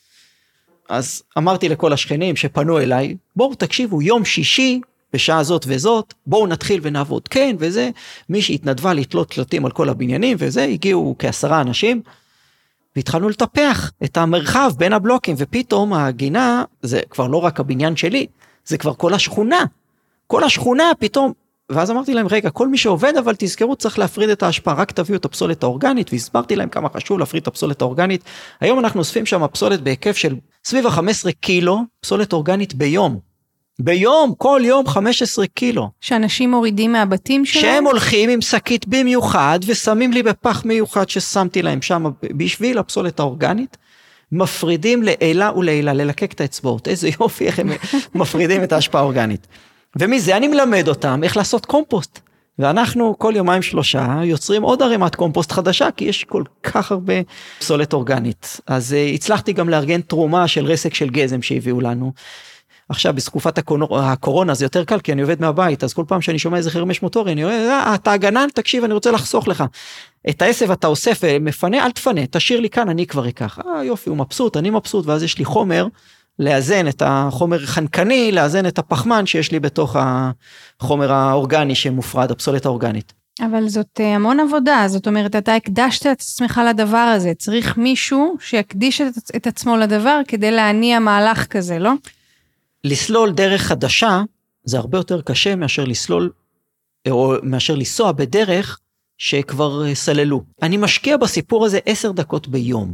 אז אמרתי לכל השכנים שפנו אליי, בואו תקשיבו, יום שישי, בשעה זאת וזאת, בואו נתחיל ונעבוד. כן, וזה, מי שהתנדבה לתלות תלתים על כל הבניינים, וזה, הגיעו כ10 אנשים, והתחלנו לטפח את המרחב בין הבלוקים, ופתאום הגינה, זה כבר לא רק הבניין שלי, זה כבר כל השכונה. כל השכונה פתאום, ואז אמרתי להם, רגע, כל מי שעובד, אבל תזכרו, צריך להפריד את ההשפעה, רק תביאו את הפסולת האורגנית, והסברתי להם כמה חשוב להפריד את הפסולת האורגנית. היום אנחנו אוספים שם הפסולת בהיקף של סביב 15 קילו, פסולת אורגנית ביום. ביום, כל יום 15 קילו. שאנשים מורידים מהבתים שלהם? שהם הולכים עם שקית במיוחד, ושמים לי בפח מיוחד ששמתי להם שם, בשביל הפסולת האורגנית, מפרידים לעילה ולעילה, ללקק את האצבעות. איזה יופי, איך הם מפרידים את ההשפעה האורגנית. ומזה אני מלמד אותם איך לעשות קומפוסט. ואנחנו כל יומיים 3 יוצרים עוד ערימת קומפוסט חדשה, כי יש כל כך הרבה פסולת אורגנית. אז הצלחתי גם לארגן תרומה של רסק של גזם שהביאו לנו. עכשיו, בתקופת הקורונה זה יותר קל, כי אני עובד מהבית, אז כל פעם שאני שומע איזה חרמש מוטורי, אני אומר, אתה הגנן, תקשיב, אני רוצה לחסוך לך. את העשב אתה אוסף ומפנה, אל תפנה, תשאיר לי כאן, אני כבר אקח. יופי, הוא מבסוט, אני מבסוט, ואז יש לי חומר, לאזן את החומר חנקני, לאזן את הפחמן שיש לי בתוך החומר האורגני שמופרד, הפסולת האורגנית. אבל זאת המון עבודה, זאת אומרת, אתה הקדשת את עצמך לדבר הזה, צריך מישהו שיקדיש את עצמו לדבר, כדי להניע מהלך כזה, לא? לסלול דרך חדשה, זה הרבה יותר קשה מאשר לסלול, או מאשר לנסוע בדרך שכבר סללו. אני משקיע בסיפור הזה 10 דקות ביום.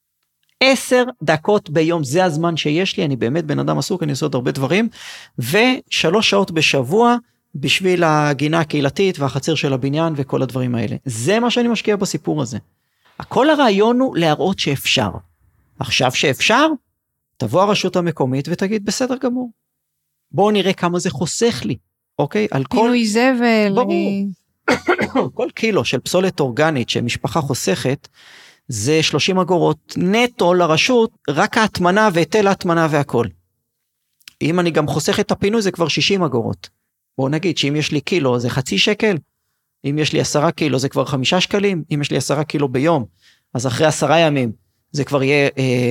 10 דקות ביום, זה הזמן שיש לי, אני באמת בן אדם עסוק, אני עושה עוד הרבה דברים, ו3 שעות בשבוע, בשביל הגינה הקהילתית והחצר של הבניין וכל הדברים האלה. זה מה שאני משקיע בסיפור הזה. כל הרעיון הוא להראות שאפשר. עכשיו שאפשר, תבוא הרשות המקומית ותגיד, בסדר גמור. בואו נראה כמה זה חוסך לי, אוקיי? על כל... פינוי זבל. ברור. כל קילו של פסולת אורגנית שמשפחה חוסכת, זה 30 אגורות נטו לרשות, רק ההטמנה והיטל ההטמנה והכל. אם אני גם חוסך את הפינוי, זה כבר 60 אגורות. בואו נגיד שאם יש לי קילו, זה 0.5 שקל, אם יש לי 10 קילו, זה כבר 5 שקלים, אם יש לי 10 קילו ביום, אז אחרי 10 ימים, זה כבר יהיה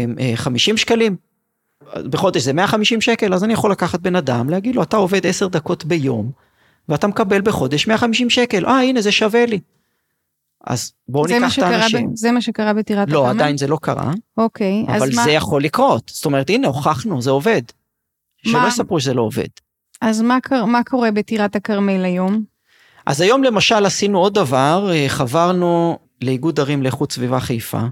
50 שקלים, בחודש זה 150 שקל, אז אני יכול לקחת בן אדם, להגיד לו, אתה עובד 10 דקות ביום, ואתה מקבל בחודש 150 שקל, הנה זה שווה לי. אז בואו ניקח את האנשים. זה מה שקרה בטירת הכרמל? לא, עדיין זה לא קרה. אוקיי, אז אבל זה יכול לקרות. זאת אומרת, הנה, הוכחנו, זה עובד. שלא יספרו שזה לא עובד. אז מה קורה בטירת הכרמל היום? אז היום למשל עשינו עוד דבר, חברנו לאיגוד ערים לאיכות סביבה חיפה,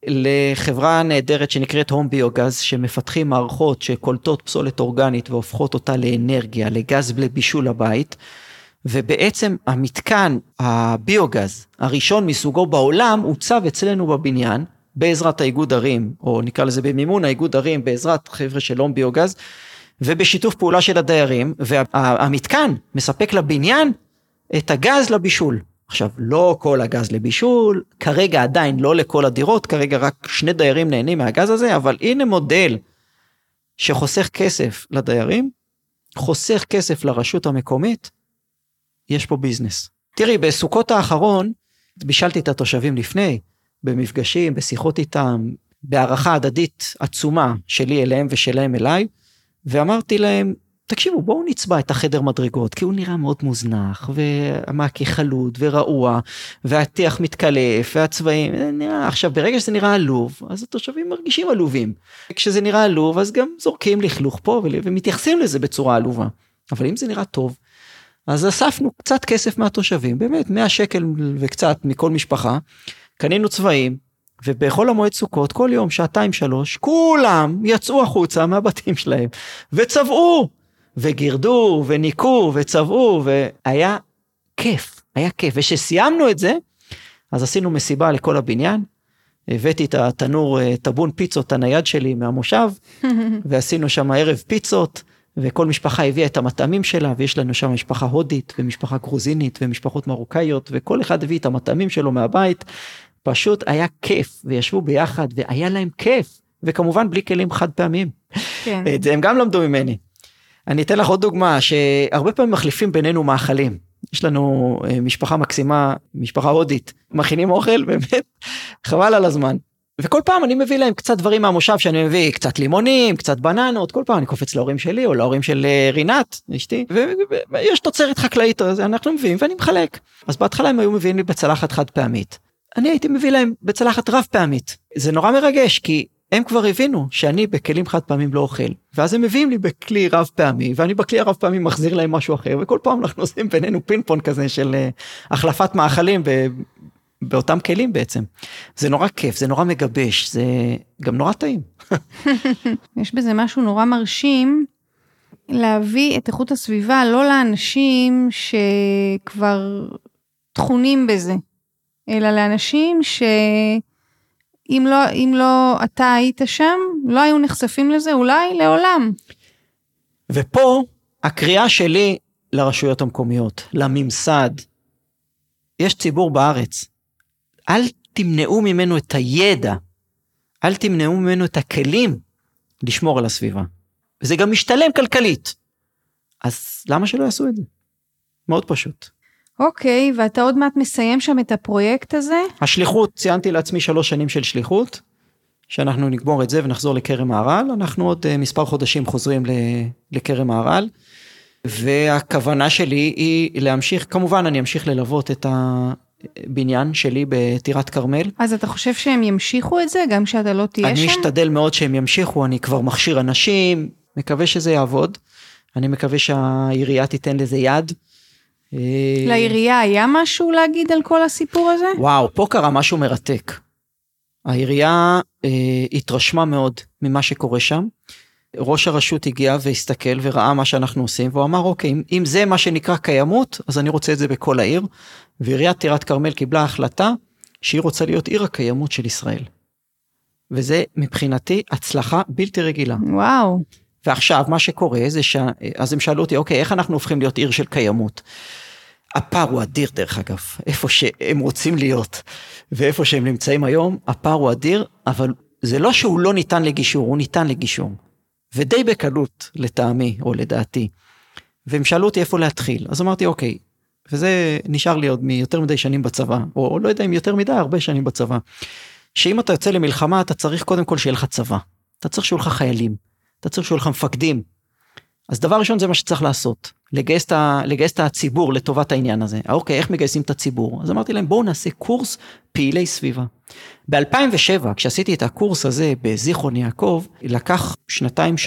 לחברה נהדרת שנקראת הום ביוגז, שמפתחים מערכות שקולטות פסולת אורגנית והופכות אותה לאנרגיה, לגז לבישול הבית, ובעצם המתקן הביוגז הראשון מסוגו בעולם הוצב אצלנו בבניין, בעזרת האיגוד ערים, או נקרא לזה במימון האיגוד ערים, בעזרת חבר'ה של הום ביוגז, ובשיתוף פעולה של הדיירים, והמתקן מספק לבניין את הגז לבישול. עכשיו, לא כל הגז לבישול, כרגע עדיין לא לכל הדירות, כרגע רק 2 דיירים נהנים מהגז הזה, אבל הנה מודל שחוסך כסף לדיירים, חוסך כסף לרשות המקומית, יש פה ביזנס. תראי, בסוכות האחרון, בישלתי את התושבים לפני, במפגשים, בשיחות איתם, בהערכה הדדית עצומה שלי אליהם ושלהם אליי, ואמרתי להם, תקשיבו, בואו נצבע את החדר מדרגות, כי הוא נראה מאוד מוזנח, והמעקה חלוד ורעוע, והטיח מתקלף, והצבעים, עכשיו ברגע שזה נראה עלוב, אז התושבים מרגישים עלובים. כשזה נראה עלוב, אז גם זורקים לכלוך פה, ומתייחסים לזה בצורה עלובה. אבל אם זה נראה טוב, אז אספנו קצת כסף מהתושבים, באמת 100 שקל וקצת מכל משפחה, קנינו צבעים, ובכל המועד סוכות, כל יום, 2-3, כולם יצאו החוצה מהבתים שלהם, וצבעו, וגירדו, וניקו, וצבעו, והיה כיף, היה כיף. ושסיימנו את זה, אז עשינו מסיבה לכל הבניין, הבאתי את התנור, טבון פיצות הנייד שלי מהמושב, ועשינו שם ערב פיצות, וכל משפחה הביאה את המטעמים שלה, ויש לנו שם משפחה הודית, ומשפחה גרוזינית, ומשפחות מרוקאיות, וכל אחד הביא את המטעמים שלו מהבית, פשוט היה כיף, וישבו ביחד, והיה להם כיף, וכמובן בלי כלים חד פעמים. כן. הם גם למדו ממני. אני אתן לך עוד דוגמה, שהרבה פעמים מחליפים בינינו מאכלים. יש לנו משפחה מקסימה, משפחה הודית, מכינים אוכל, באמת, חבל על הזמן. וכל פעם אני מביא להם קצת דברים מהמושב, שאני מביא קצת לימונים, קצת בננות, כל פעם אני קופץ להורים שלי, או להורים של רינת, אשתי, ויש תוצרת חקלאית, אז אנחנו מביאים ואני מחלק. אז בהתחלה הם היו מביאים לי בצלחת חד פעמית. אני הייתי מביא להם בצלחת רב פעמית. זה נורא מרגש, כי הם כבר הבינו שאני בכלים חד פעמים לא אוכל, ואז הם מביאים לי בכלי רב פעמי, ואני בכלי הרב פעמי מחזיר להם משהו אחר, וכל פעם אנחנו עושים בינינו פינפון כזה של החלפת מאכלים באותם כלים בעצם. זה נורא כיף, זה נורא מגבש, זה גם נורא טעים. יש בזה משהו נורא מרשים, להביא את איכות הסביבה לא לאנשים שכבר תכונים בזה, אלא לאנשים שאם לא אתה היית שם, לא היו נחשפים לזה אולי לעולם. ופה הקריאה שלי לרשויות המקומיות, לממסד, יש ציבור בארץ, אל תמנעו ממנו את הידע, אל תמנעו ממנו את הכלים לשמור על הסביבה. וזה גם משתלם כלכלית. אז למה שלא יעשו את זה? מאוד פשוט. אוקיי, ואתה עוד מעט מסיים שם את הפרויקט הזה? השליחות, ציינתי לעצמי 3 שנים של שליחות, שאנחנו נגמור את זה ונחזור לכרם מהר"ל, אנחנו עוד מספר חודשים חוזרים לכרם מהר"ל, והכוונה שלי היא להמשיך, כמובן אני אמשיך ללוות את הבניין שלי בטירת כרמל. אז אתה חושב שהם ימשיכו את זה, גם שאתה לא תהיה שם? אני אשתדל מאוד שהם ימשיכו, אני כבר מכשיר אנשים, מקווה שזה יעבוד, אני מקווה שהעירייה תיתן לזה יד. לעירייה היה משהו להגיד על כל הסיפור הזה? וואו, פה קרה משהו מרתק. העירייה התרשמה מאוד ממה שקורה שם, ראש הרשות הגיע והסתכל וראה מה שאנחנו עושים, והוא אמר, אוקיי, אם זה מה שנקרא קיימות, אז אני רוצה את זה בכל העיר, ועיריית טירת כרמל קיבלה החלטה, שהיא רוצה להיות עיר הקיימות של ישראל. וזה מבחינתי הצלחה בלתי רגילה. וואו. ועכשיו מה שקורה זה אז הם שאלו אותי, אוקיי, איך אנחנו הופכים להיות עיר של קיימות? הפער הוא אדיר דרך אגב, איפה שהם רוצים להיות, ואיפה שהם נמצאים היום, הפער הוא אדיר, אבל זה לא שהוא לא ניתן לגישור, הוא ניתן לגישור. ודי בקלות לטעמי או לדעתי. והם שאלו אותי איפה להתחיל. אז אמרתי, אוקיי, וזה נשאר לי עוד מיותר מדי שנים בצבא, או לא יודע אם יותר מדי, הרבה שנים בצבא. שאם אתה יוצא למלחמה, אתה צריך קודם כל שיהיה לך צבא. אתה צריך שיהיו לך חיילים. אתה צריך שיהיו לך מפקדים. אז דבר ראשון זה מה שצריך לעשות. לגייס את הציבור לטובת העניין הזה. אוקיי, איך מגייסים את הציבור? אז אמרתי להם, בואו נעשה קורס פעילי סביבה. ב-2007, כשעשיתי את הקורס הזה בזיכרון יעקב, לקח 2-3,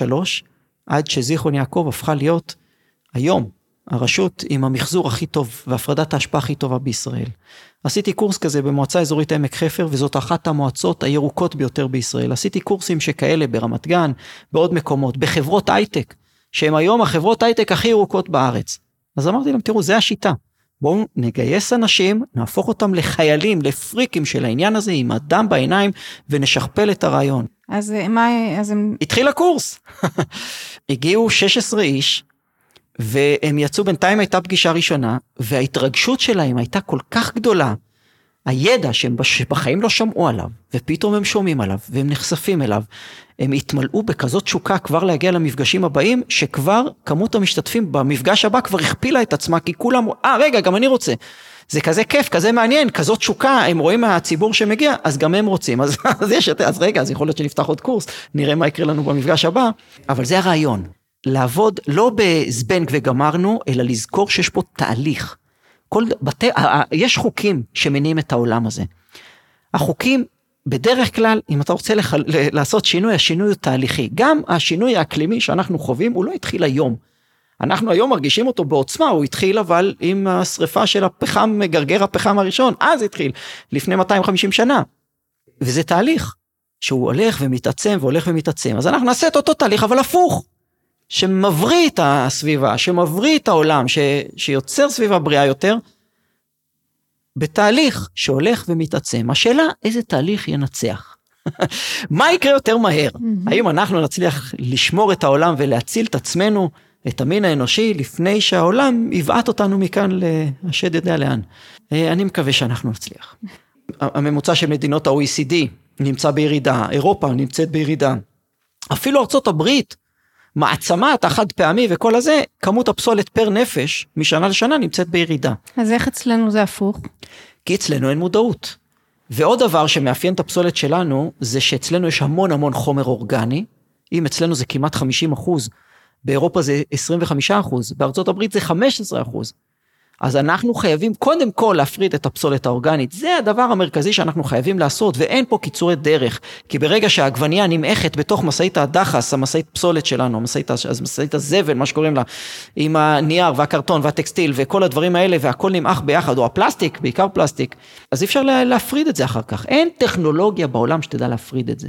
עד שזיכרון יעקב הפכה להיות היום, הרשות עם המחזור הכי טוב, והפרדת ההשפעה הכי טובה בישראל. עשיתי קורס כזה במועצה אזורית עמק חפר, וזאת אחת המועצות הירוקות ביותר בישראל. עשיתי קורסים שכאלה ברמת גן, בעוד מקומות, בחברות הייטק, שהם היום החברות הייטק הכי ירוקות בארץ. אז אמרתי להם, תראו, זה השיטה. בואו נגייס אנשים, נהפוך אותם לחיילים, לפריקים של העניין הזה, עם אדם בעיניים, ונשכפל את הרעיון. אז מה, אז הם... התחיל הקורס. הגיעו 16 איש, והם יצאו, בינתיים הייתה פגישה ראשונה, וההתרגשות שלהם הייתה כל כך גדולה, הידע שהם בחיים לא שמעו עליו, ופתאום הם שומעים עליו, והם נחשפים אליו, הם התמלאו בכזאת תשוקה כבר להגיע למפגשים הבאים, שכבר כמות המשתתפים במפגש הבא כבר הכפילה את עצמה, כי כולם, רגע, גם אני רוצה. זה כזה כיף, כזה מעניין, כזאת תשוקה, הם רואים מהציבור שמגיע, אז גם הם רוצים. אז רגע, אז יכול להיות שנפתח עוד קורס, נראה מה יקרה לנו במפגש הבא, אבל זה הרעיון. לעבוד לא בזבנג וגמרנו, אלא לזכור שיש פה תהליך. יש חוקים שמניעים את העולם הזה. החוקים, בדרך כלל, אם אתה רוצה לעשות שינוי, השינוי הוא תהליכי. גם השינוי האקלימי שאנחנו חווים, הוא לא התחיל היום. אנחנו היום מרגישים אותו בעוצמה, הוא התחיל אבל עם השריפה של הפחם, גרגר הפחם הראשון, אז התחיל, לפני 250 שנה. וזה תהליך שהוא הולך ומתעצם והולך ומתעצם. אז אנחנו נעשה את אותו תהליך, אבל הפוך. שמבריא את הסביבה, שמבריא את העולם, שיוצר סביבה בריאה יותר, בתהליך שהולך ומתעצם. השאלה, איזה תהליך ינצח? מה יקרה יותר מהר? האם אנחנו נצליח לשמור את העולם ולהציל את עצמנו, את המין האנושי, לפני שהעולם יבעט אותנו מכאן לשד יודע לאן? אני מקווה שאנחנו נצליח. הממוצע של מדינות ה-OECD נמצא בירידה, אירופה נמצאת בירידה, אפילו ארצות הברית, מעצמת החד פעמי וכל הזה, כמות הפסולת פר נפש, משנה לשנה נמצאת בירידה. אז איך אצלנו זה הפוך? כי אצלנו אין מודעות. ועוד דבר שמאפיין את הפסולת שלנו, זה שאצלנו יש המון המון חומר אורגני, אם אצלנו זה כמעט 50%, באירופה זה 25%, בארצות הברית זה 15%. אז אנחנו חייבים קודם כל להפריד את הפסולת האורגנית, זה הדבר המרכזי שאנחנו חייבים לעשות, ואין פה קיצורי דרך, כי ברגע שהעגבנייה נמעכת בתוך מסעית הדחס, המסעית פסולת שלנו, מסעית הזבל, מה שקוראים לה, עם הנייר והקרטון והטקסטיל וכל הדברים האלה, והכל נמעך ביחד, או הפלסטיק, בעיקר פלסטיק, אז אי אפשר להפריד את זה אחר כך, אין טכנולוגיה בעולם שתדע להפריד את זה.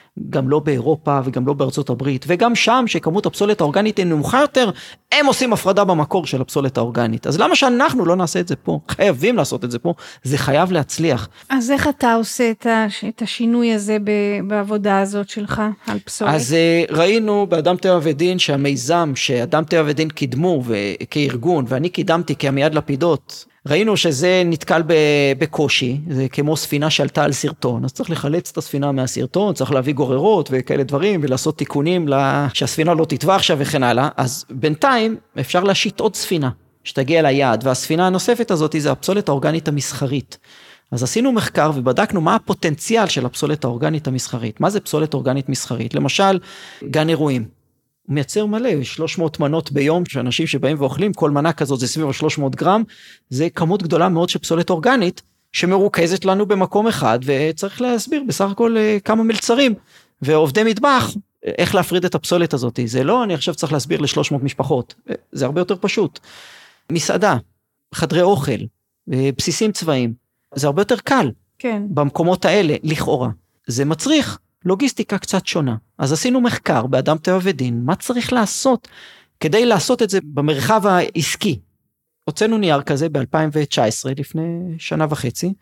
גם לא באירופה וגם לא בארצות הברית, וגם שם שכמות הפסולת האורגנית היא נמוכה יותר, הם עושים הפרדה במקור של הפסולת האורגנית. אז למה שאנחנו לא נעשה את זה פה? חייבים לעשות את זה פה, זה חייב להצליח. אז איך אתה עושה את השינוי הזה בעבודה הזאת שלך על פסולת? אז ראינו באדם טבע ודין שהמיזם שאדם טבע ודין קידמו כארגון, ואני קידמתי כעמיעד לפידות, ראינו שזה נתקל בקושי, זה כמו ספינה שעלתה על סרטון, אז צריך לחלץ את הספינה מהסרטון, צריך להביא גוררות וכאלה דברים, ולעשות תיקונים שהספינה לא תטבע עכשיו וכן הלאה, אז בינתיים אפשר להשיט עוד ספינה, שתגיע ליעד, והספינה הנוספת הזאת זה הפסולת האורגנית המסחרית. אז עשינו מחקר ובדקנו מה הפוטנציאל של הפסולת האורגנית המסחרית. מה זה פסולת אורגנית מסחרית? למשל, גן אירועים. הוא מייצר מלא, 300 מנות ביום, שאנשים שבאים ואוכלים, כל מנה כזאת זה סביב 300 גרם, זה כמות גדולה מאוד של פסולת אורגנית, שמרוכזת לנו במקום אחד, וצריך להסביר בסך הכל כמה מלצרים, ועובדי מטבח, איך להפריד את הפסולת הזאת. זה לא, אני עכשיו צריך להסביר ל300 משפחות, זה הרבה יותר פשוט. מסעדה, חדרי אוכל, בסיסים צבאיים, זה הרבה יותר קל, כן. במקומות האלה, לכאורה. זה מצריך לוגיסטיקה קצת שונה. אז עשינו מחקר באדם טבע ודין, מה צריך לעשות כדי לעשות את זה במרחב העסקי. הוצאנו נייר כזה ב-2019, לפני שנה וחצי,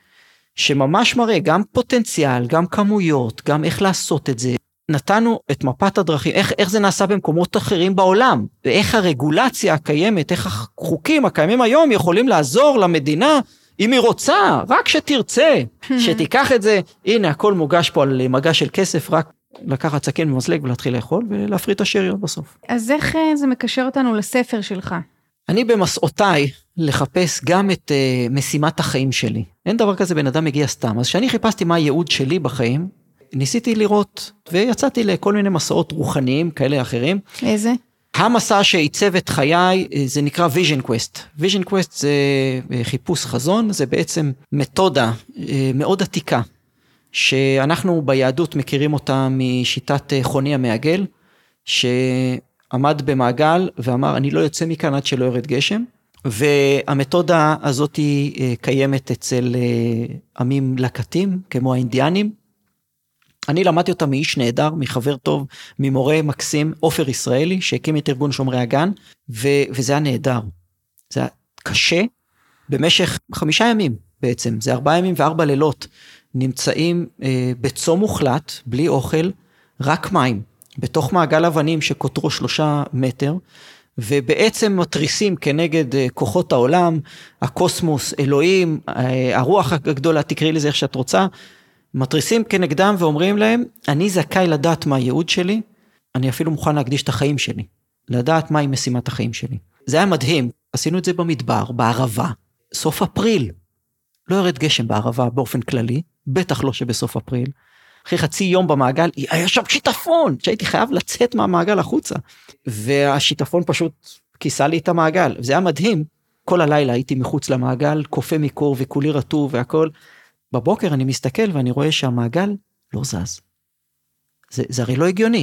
שממש מראה גם פוטנציאל, גם כמויות, גם איך לעשות את זה. נתנו את מפת הדרכים, איך זה נעשה במקומות אחרים בעולם, ואיך הרגולציה הקיימת, איך החוקים הקיימים היום יכולים לעזור למדינה, אם היא רוצה, רק שתרצה, שתיקח את זה, הנה הכל מוגש פה על מגש של כסף, רק לקחת סכין ומזלג ולהתחיל לאכול, ולהפריד את השאריות בסוף. אז איך זה מקשר אותנו לספר שלך? אני במסעותיי לחפש גם את משימת החיים שלי. אין דבר כזה בן אדם מגיע סתם. אז כשאני חיפשתי מה הייעוד שלי בחיים, ניסיתי לראות, ויצאתי לכל מיני מסעות רוחניים כאלה אחרים. איזה? המסע שעיצב את חיי, זה נקרא Vision Quest. Vision Quest זה חיפוש חזון, זה בעצם מתודה מאוד עתיקה, שאנחנו ביהדות מכירים אותה משיטת חוני המעגל, שעמד במעגל ואמר, אני לא יוצא מכאן עד שלא ירד גשם, והמתודה הזאת היא קיימת אצל עמים לקטים, כמו האינדיאנים. אני למדתי אותה מאיש נהדר, מחבר טוב, ממורה מקסים, עופר ישראלי, שהקים את ארגון שומרי הגן, וזה היה נהדר. זה היה קשה, במשך 5 ימים בעצם, זה 4 ימים ו4 לילות, נמצאים בצום מוחלט, בלי אוכל, רק מים, בתוך מעגל אבנים שקוטרו 3 מטר, ובעצם מטריסים כנגד כוחות העולם, הקוסמוס, אלוהים, הרוח הגדולה, תקראי לזה איך שאת רוצה, מטריסים כנגדם ואומרים להם, אני זכאי לדעת מה הייעוד שלי, אני אפילו מוכן להקדיש את החיים שלי, לדעת מהי משימת החיים שלי. זה היה מדהים, עשינו את זה במדבר, בערבה, סוף אפריל, לא ירד גשם בערבה באופן כללי, בטח לא שבסוף אפריל, אחרי חצי יום במעגל, היה שם שיטפון, שהייתי חייב לצאת מהמעגל החוצה, והשיטפון פשוט כיסה לי את המעגל, זה היה מדהים, כל הלילה הייתי מחוץ למעגל, קופא מקור וכולי רטוב והכל, בבוקר אני מסתכל ואני רואה שהמעגל לא זז. זה הרי לא הגיוני.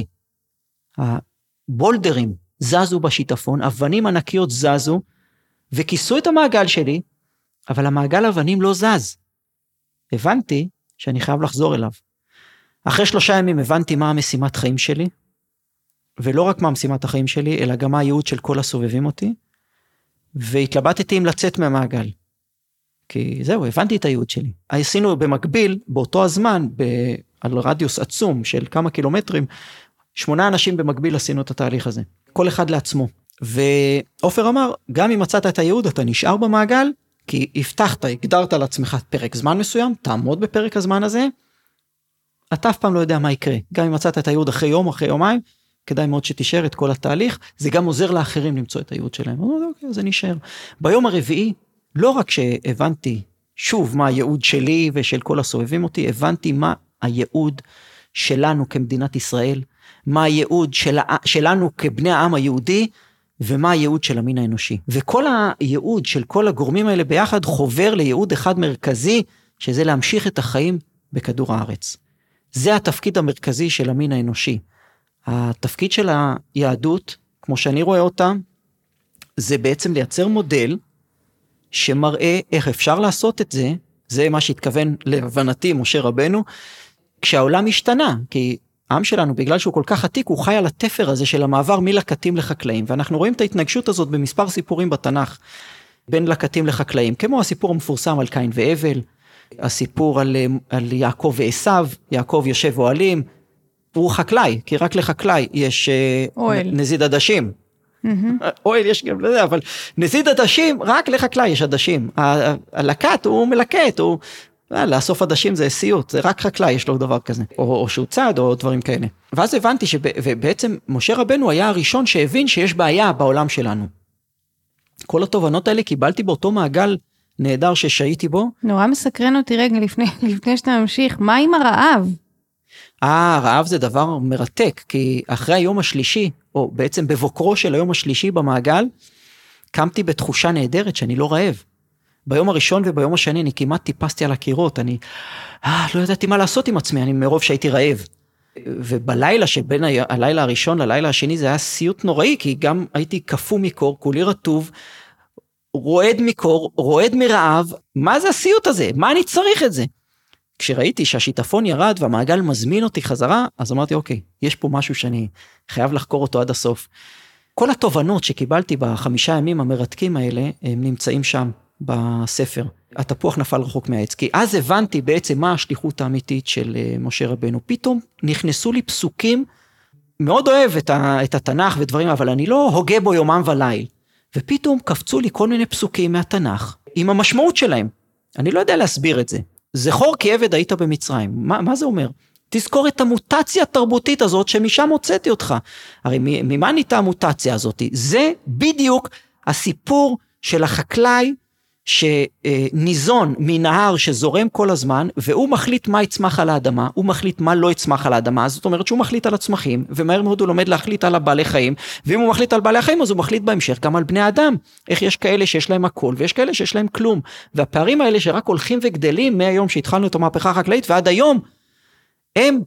הבולדרים זזו בשיטפון, אבנים ענקיות זזו, וכיסו את המעגל שלי, אבל המעגל אבנים לא זז. הבנתי שאני חייב לחזור אליו. אחרי 3 ימים הבנתי מה המשימת חיים שלי, ולא רק מה משימת החיים שלי, אלא גם מה הייעוד של כל הסובבים אותי, והתלבטתי אם לצאת מהמעגל. כי זהו, הבנתי את הייעוד שלי. עשינו במקביל, באותו הזמן, על רדיוס עצום של כמה קילומטרים, 8 אנשים במקביל עשינו את התהליך הזה. כל אחד לעצמו. ואופר אמר, גם אם מצאת את הייעוד, אתה נשאר במעגל, כי הבטחת, הגדרת לעצמך פרק זמן מסוים, תעמוד בפרק הזמן הזה, אתה אף פעם לא יודע מה יקרה. גם אם מצאת את הייעוד אחרי יום, אחרי יומיים, כדאי מאוד שתישאר את כל התהליך, זה גם עוזר לאחרים למצוא את הייעוד שלהם. אוקיי, זה נשאר. ביום הרביעי, לא רק שהבנתי שוב מה הייעוד שלי ושל כל הסובבים אותי, הבנתי מה הייעוד שלנו כמדינת ישראל, מה הייעוד שלנו כבני העם היהודי, ומה הייעוד של המין האנושי. וכל הייעוד של כל הגורמים האלה ביחד חובר לייעוד אחד מרכזי, שזה להמשיך את החיים בכדור הארץ. זה התפקיד המרכזי של המין האנושי. התפקיד של היהדות, כמו שאני רואה אותה, זה בעצם לייצר מודל, שמראה איך אפשר לעשות את זה, זה מה שהתכוון להבנתי משה רבנו, כשהעולם השתנה, כי העם שלנו, בגלל שהוא כל כך עתיק, הוא חי על התפר הזה של המעבר מלקטים לחקלאים, ואנחנו רואים את ההתנגשות הזאת במספר סיפורים בתנ"ך, בין לקטים לחקלאים, כמו הסיפור המפורסם על קין והבל, הסיפור על יעקב ועשיו, יעקב יושב אוהלים, הוא חקלאי, כי רק לחקלאי יש נזיד עדשים. אוהל יש גם לזה, אבל נזיד עדשים, רק לחקלאי יש עדשים. הלקט הוא מלקט, הוא... לאסוף עדשים זה סיוט, זה רק חקלאי, יש לו דבר כזה, או שהוא צד, או דברים כאלה. ואז הבנתי שבעצם משה רבנו היה הראשון שהבין שיש בעיה בעולם שלנו. כל התובנות האלה קיבלתי באותו מעגל נהדר ששהיתי בו. נורא מסקרן אותי רגע לפני שאתה ממשיך, מה עם הרעב? רעב זה דבר מרתק, כי אחרי היום השלישי, או בעצם בבוקרו של היום השלישי במעגל, קמתי בתחושה נהדרת שאני לא רעב. ביום הראשון וביום השני אני כמעט טיפסתי על הקירות, אני לא ידעתי מה לעשות עם עצמי, אני מרוב שהייתי רעב. ובלילה שבין הלילה הראשון ללילה השני זה היה סיוט נוראי, כי גם הייתי קפוא מקור, כולי רטוב, רועד מקור, רועד מרעב, מה זה הסיוט הזה? מה אני צריך את זה? כשראיתי שהשיטפון ירד והמעגל מזמין אותי חזרה, אז אמרתי אוקיי, יש פה משהו שאני חייב לחקור אותו עד הסוף. כל התובנות שקיבלתי ב5 ימים המרתקים האלה, הם נמצאים שם בספר. התפוח נפל רחוק מהעץ, כי אז הבנתי בעצם מה השליחות האמיתית של משה רבנו. פתאום נכנסו לי פסוקים, מאוד אוהב את התנ"ך ודברים, אבל אני לא הוגה בו יומם וליל. ופתאום קפצו לי כל מיני פסוקים מהתנ"ך, עם המשמעות שלהם. אני לא יודע להסביר את זה. זכור כי עבד היית במצרים. מה זה אומר? תזכור את המוטציה התרבותית הזאת, שמשם הוצאתי אותך. הרי ממה ניתה המוטציה הזאת? זה בדיוק הסיפור של החקלאי, שניזון מנהר שזורם כל הזמן, והוא מחליט מה יצמח על האדמה, הוא מחליט מה לא יצמח על האדמה, זאת אומרת שהוא מחליט על הצמחים, ומהר מאוד הוא לומד להחליט על הבעלי חיים, ואם הוא מחליט על בעלי החיים, אז הוא מחליט בהמשך גם על בני אדם, איך יש כאלה שיש להם הכל, ויש כאלה שיש להם כלום, והפערים האלה שרק הולכים וגדלים, מהיום שהתחלנו את המהפכה החקלאית, ועד היום, הם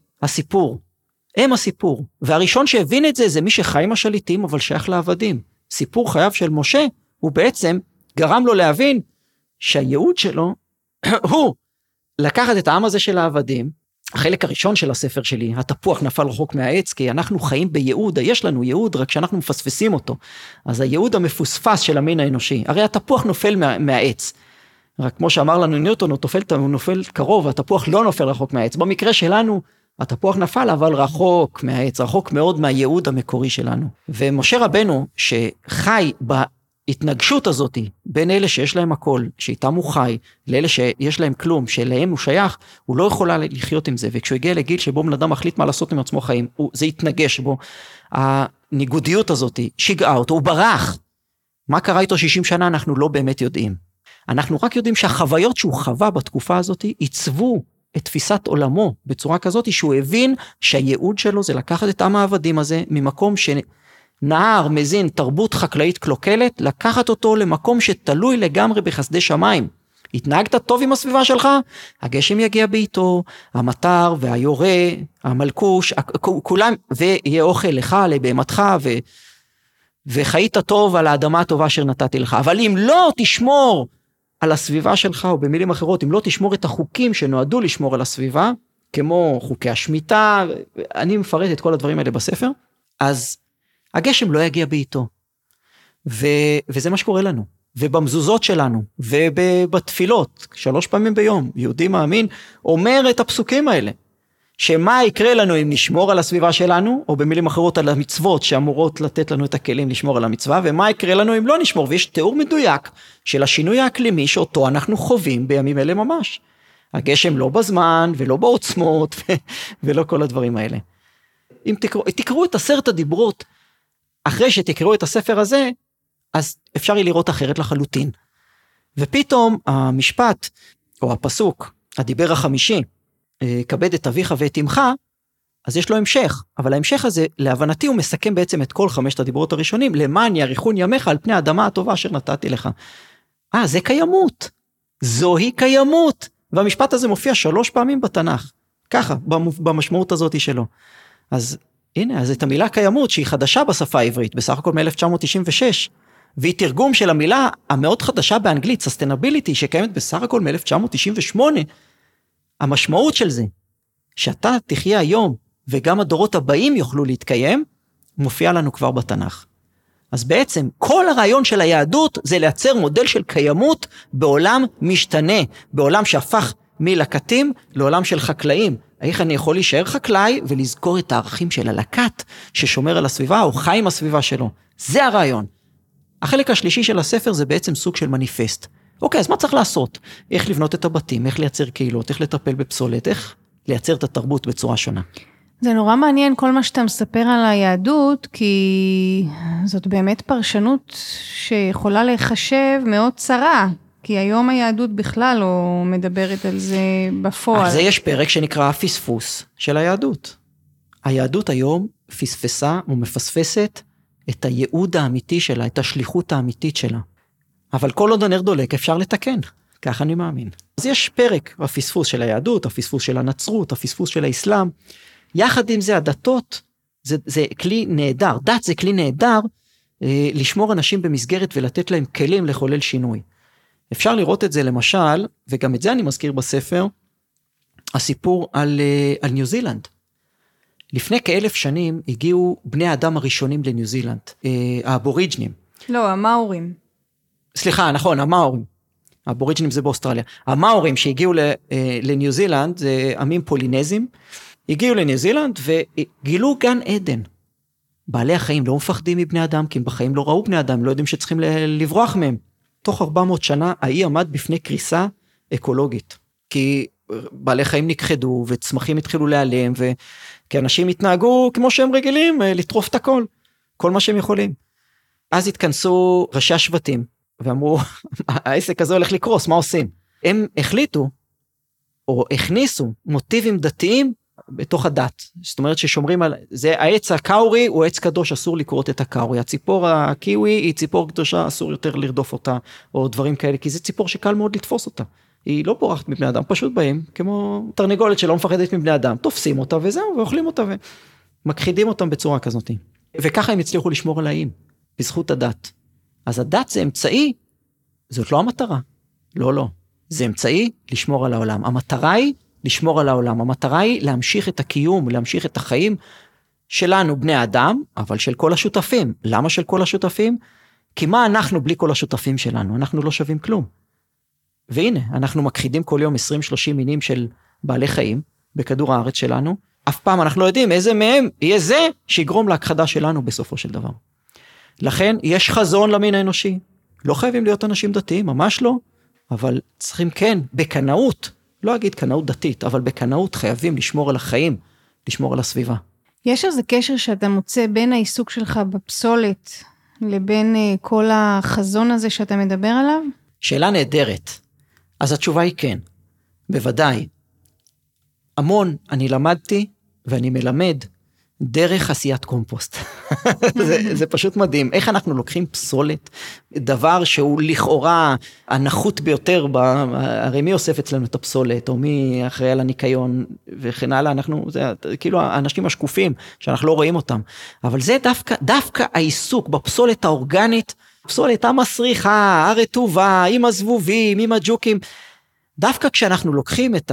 הסיפור, והראשון שהבין את זה, זה מי שחי עם השליטים, אבל שייך לעבדים. סיפור חייו של משה, הוא בעצם גרם לו להבין שהייעוד שלו הוא לקחת את העם הזה של העבדים, החלק הראשון של הספר שלי, התפוח נפל רחוק מהעץ, כי אנחנו חיים בייעוד, יש לנו ייעוד רק שאנחנו מפספסים אותו, אז הייעוד המפוספס של המין האנושי, הרי התפוח נופל מהעץ, רק כמו שאמר לנו ניוטון, הוא נופל קרוב, התפוח לא נופל רחוק מהעץ, במקרה שלנו התפוח נפל אבל רחוק מהעץ, רחוק מאוד מהייעוד המקורי שלנו, ומשה רבנו שחי ההתנגשות הזאת בין אלה שיש להם הכל, שאיתם הוא חי, לאלה שיש להם כלום, שלהם הוא שייך, הוא לא יכול לחיות עם זה, וכשהוא הגיע לגיל שבו בן אדם מחליט מה לעשות עם עצמו חיים, זה התנגש בו, הניגודיות הזאת שיגעה אותו, הוא ברח, מה קרה איתו 60 שנה אנחנו לא באמת יודעים, אנחנו רק יודעים שהחוויות שהוא חווה בתקופה הזאת, עיצבו את תפיסת עולמו, בצורה כזאת שהוא הבין שהייעוד שלו זה לקחת את עם העבדים הזה, ממקום נהר, מזין, תרבות חקלאית קלוקלת, לקחת אותו למקום שתלוי לגמרי בחסדי שמיים. התנהגת טוב עם הסביבה שלך, הגשם יגיע בעיתו, המטר והיורה, המלכוש, כולם, ויהיה אוכל לך, לבהמתך, וחיית טוב על האדמה הטובה אשר נתתי לך. אבל אם לא תשמור על הסביבה שלך, או במילים אחרות, אם לא תשמור את החוקים שנועדו לשמור על הסביבה, כמו חוקי השמיטה, אני מפרט את כל הדברים האלה בספר, אז הגשם לא יגיע בעיתו, וזה מה שקורה לנו, ובמזוזות שלנו, ובתפילות, 3 פעמים ביום, יהודי מאמין, אומר את הפסוקים האלה, שמה יקרה לנו אם נשמור על הסביבה שלנו, או במילים אחרות על המצוות, שאמורות לתת לנו את הכלים לשמור על המצווה, ומה יקרה לנו אם לא נשמור, ויש תיאור מדויק, של השינוי האקלימי, שאותו אנחנו חווים בימים אלה ממש, הגשם לא בזמן, ולא בעוצמות, ולא כל הדברים האלה. אם תקראו את 10 הדיברות, אחרי שתקראו את הספר הזה, אז אפשר יהיה לראות אחרת לחלוטין. ופתאום המשפט, או הפסוק, הדיבר החמישי, כבד את אביך ואת אמך, אז יש לו המשך, אבל ההמשך הזה, להבנתי הוא מסכם בעצם את כל 5 הדיברות הראשונים, למען יאריכון ימיך על פני האדמה הטובה אשר נתתי לך. זה קיימות, זוהי קיימות, והמשפט הזה מופיע 3 פעמים בתנ"ך, ככה, במשמעות הזאת שלו. אז הנה, אז את המילה קיימות, שהיא חדשה בשפה העברית, בסך הכל מ-1996, והיא תרגום של המילה המאוד חדשה באנגלית, sustainability, שקיימת בסך הכל מ-1998, המשמעות של זה, שאתה תחיה היום, וגם הדורות הבאים יוכלו להתקיים, מופיע לנו כבר בתנ"ך. אז בעצם כל הרעיון של היהדות זה לייצר מודל של קיימות בעולם משתנה, בעולם שהפך מלקטים לעולם של חקלאים. איך אני יכול להישאר חקלאי ולזכור את הערכים של הלקט ששומר על הסביבה או חי עם הסביבה שלו. זה הרעיון. החלק השלישי של הספר זה בעצם סוג של מניפסט. אוקיי, אז מה צריך לעשות? איך לבנות את הבתים, איך לייצר קהילות, איך לטפל בפסולת, איך לייצר את התרבות בצורה שונה. זה נורא מעניין כל מה שאתה מספר על היהדות, כי זאת באמת פרשנות שיכולה להיחשב מאוד צרה, כי היום היהדות בכלל לא מדברת על זה בפועל. על זה יש פרק שנקרא הפספוס של היהדות. היהדות היום פספסה ומפספסת את הייעוד האמיתי שלה, את השליחות האמיתית שלה. אבל כל עוד הנר דולק אפשר לתקן, כך אני מאמין. אז יש פרק, הפספוס של היהדות, הפספוס של הנצרות, הפספוס של האסלאם. יחד עם זה הדתות, זה כלי נהדר, דת זה כלי נהדר, לשמור אנשים במסגרת ולתת להם כלים לחולל שינוי. אפשר לראות את זה למשל, וגם את זה אני מזכיר בספר, הסיפור על ניו זילנד. לפני כ1000 שנים הגיעו בני האדם הראשונים לניו זילנד, האבוריג'נים. לא, המאורים. סליחה, נכון, המאורים. האבוריג'נים זה באוסטרליה. המאורים שהגיעו לניו זילנד, זה עמים פולינזים, הגיעו לניו זילנד וגילו גן עדן. בעלי החיים לא מפחדים מבני אדם, כי הם בחיים לא ראו בני אדם, לא יודעים שצריכים לברוח מהם. תוך 400 שנה, האי עמד בפני קריסה אקולוגית. כי בעלי חיים נכחדו, וצמחים התחילו להיעלם, כי אנשים התנהגו כמו שהם רגילים, לטרוף את הכל. כל מה שהם יכולים. אז התכנסו ראשי השבטים, ואמרו, העסק הזה הולך לקרוס, מה עושים? הם החליטו, או הכניסו מוטיבים דתיים, בתוך הדת, זאת אומרת ששומרים על, זה העץ הקאורי, הוא עץ קדוש, אסור לקרות את הקאורי, הציפור הקיווי היא ציפור קדושה, אסור יותר לרדוף אותה, או דברים כאלה, כי זה ציפור שקל מאוד לתפוס אותה, היא לא בורחת מבני אדם, פשוט באים, כמו תרנגולת שלא מפחדת מבני אדם, תופסים אותה וזהו, ואוכלים אותה, ומכחידים אותם בצורה כזאת, וככה הם הצליחו לשמור על האיים, בזכות הדת. אז הדת זה אמצעי, זאת לא המטרה, לא, זה אמצעי לשמור על העולם, המטרה היא לשמור על העולם. המטרה היא להמשיך את הקיום, להמשיך את החיים שלנו, בני אדם, אבל של כל השותפים. למה של כל השותפים? כי מה אנחנו בלי כל השותפים שלנו? אנחנו לא שווים כלום. והנה, אנחנו מכחידים כל יום 20-30 מינים של בעלי חיים בכדור הארץ שלנו. אף פעם אנחנו לא יודעים איזה מהם יהיה זה שיגרום להכחדה שלנו בסופו של דבר. לכן יש חזון למין האנושי. לא חייבים להיות אנשים דתיים, ממש לא. אבל צריכים כן, בקנאות, לא אגיד קנאות דתית, אבל בקנאות חייבים לשמור על החיים, לשמור על הסביבה. יש איזה קשר שאתה מוצא בין העיסוק שלך בפסולת, לבין כל החזון הזה שאתה מדבר עליו? שאלה נהדרת. אז התשובה היא כן, בוודאי. המון אני למדתי, ואני מלמד, דרך עשיית קומפוסט. זה פשוט מדהים. איך אנחנו לוקחים פסולת, דבר שהוא לכאורה הנחות ביותר, הרי מי אוסף אצלנו את הפסולת, או מי אחראי על הניקיון, וכן הלאה, זה כאילו האנשים השקופים, שאנחנו לא רואים אותם. אבל זה דווקא העיסוק בפסולת האורגנית, פסולת המסריחה, הרטובה, עם הזבובים, עם הג'וקים, דווקא כשאנחנו לוקחים את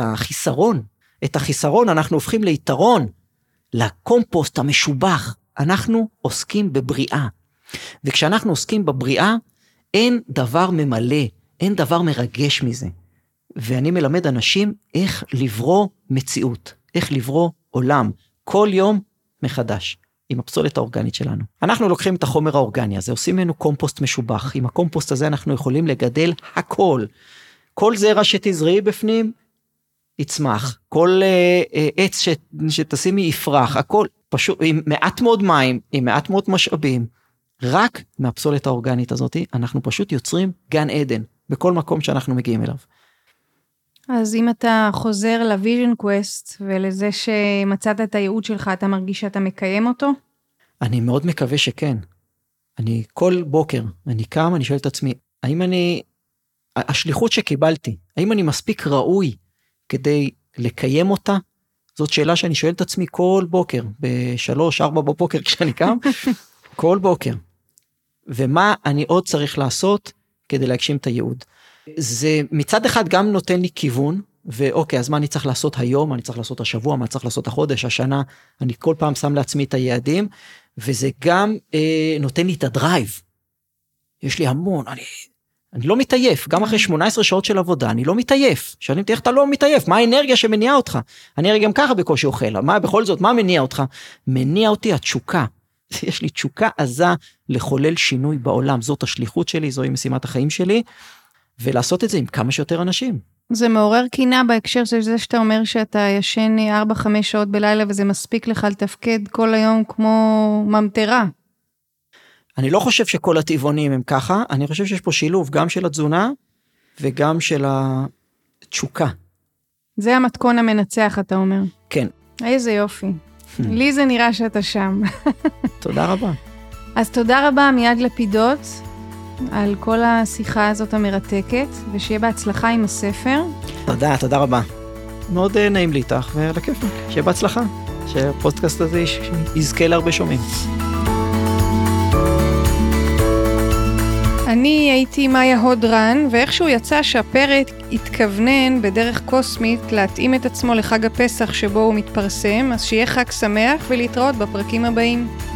החיסרון אנחנו הופכים ליתרון, לקומפוסט המשובח, אנחנו עוסקים בבריאה. וכשאנחנו עוסקים בבריאה, אין דבר ממלא, אין דבר מרגש מזה. ואני מלמד אנשים איך לברוא מציאות, איך לברוא עולם, כל יום מחדש, עם הפסולת האורגנית שלנו. אנחנו לוקחים את החומר האורגני הזה, עושים ממנו קומפוסט משובח. עם הקומפוסט הזה אנחנו יכולים לגדל הכל. כל זרע שתזרעי בפנים, יצמח, כל עץ שתשימי יפרח, הכל פשוט, עם מעט מאוד מים, עם מעט מאוד משאבים, רק מהפסולת האורגנית הזאת, אנחנו פשוט יוצרים גן עדן, בכל מקום שאנחנו מגיעים אליו. אז אם אתה חוזר לוויז'ן קווסט, ולזה שמצאת את הייעוד שלך, אתה מרגיש שאתה מקיים אותו? אני מאוד מקווה שכן. אני כל בוקר, אני קם, אני שואל את עצמי, האם השליחות שקיבלתי, האם אני מספיק ראוי, כדי לקיים אותה, זאת שאלה שאני שואל את עצמי כל בוקר, ב3-4 בבוקר כשאני קם, כל בוקר. ומה אני עוד צריך לעשות כדי להגשים את הייעוד? זה מצד אחד גם נותן לי כיוון, ואוקיי, אז מה אני צריך לעשות היום, מה אני צריך לעשות השבוע, מה אני צריך לעשות החודש, השנה, אני כל פעם שם לעצמי את היעדים, וזה גם נותן לי את הדרייב. יש לי המון, אני לא מתעייף, גם אחרי 18 שעות של עבודה, אני לא מתעייף. שואלים אותי, איך אתה לא מתעייף? מה האנרגיה שמניעה אותך? אני הרי גם ככה בקושי אוכל, בכל זאת, מה מניע אותך? מניע אותי התשוקה. יש לי תשוקה עזה לחולל שינוי בעולם, זאת השליחות שלי, זוהי משימת החיים שלי, ולעשות את זה עם כמה שיותר אנשים. זה מעורר קינה בהקשר של זה שאתה אומר שאתה ישן 4-5 שעות בלילה, וזה מספיק לך לתפקד כל היום כמו ממטרה. אני לא חושב שכל הטבעונים הם ככה, אני חושב שיש פה שילוב גם של התזונה, וגם של התשוקה. זה המתכון המנצח, אתה אומר. כן. איזה יופי. לי זה נראה שאתה שם. תודה רבה. אז תודה רבה מיד לפידות, על כל השיחה הזאת המרתקת, ושיהיה בהצלחה עם הספר. תודה רבה. מאוד נעים לי איתך, ועל הכיף, שיהיה בהצלחה, שהפודקאסט הזה יזכה להרבה שומעים. אני הייתי מאיה הודרן, ואיכשהו יצא שהפרק התכוונן בדרך קוסמית להתאים את עצמו לחג הפסח שבו הוא מתפרסם, אז שיהיה חג שמח ולהתראות בפרקים הבאים.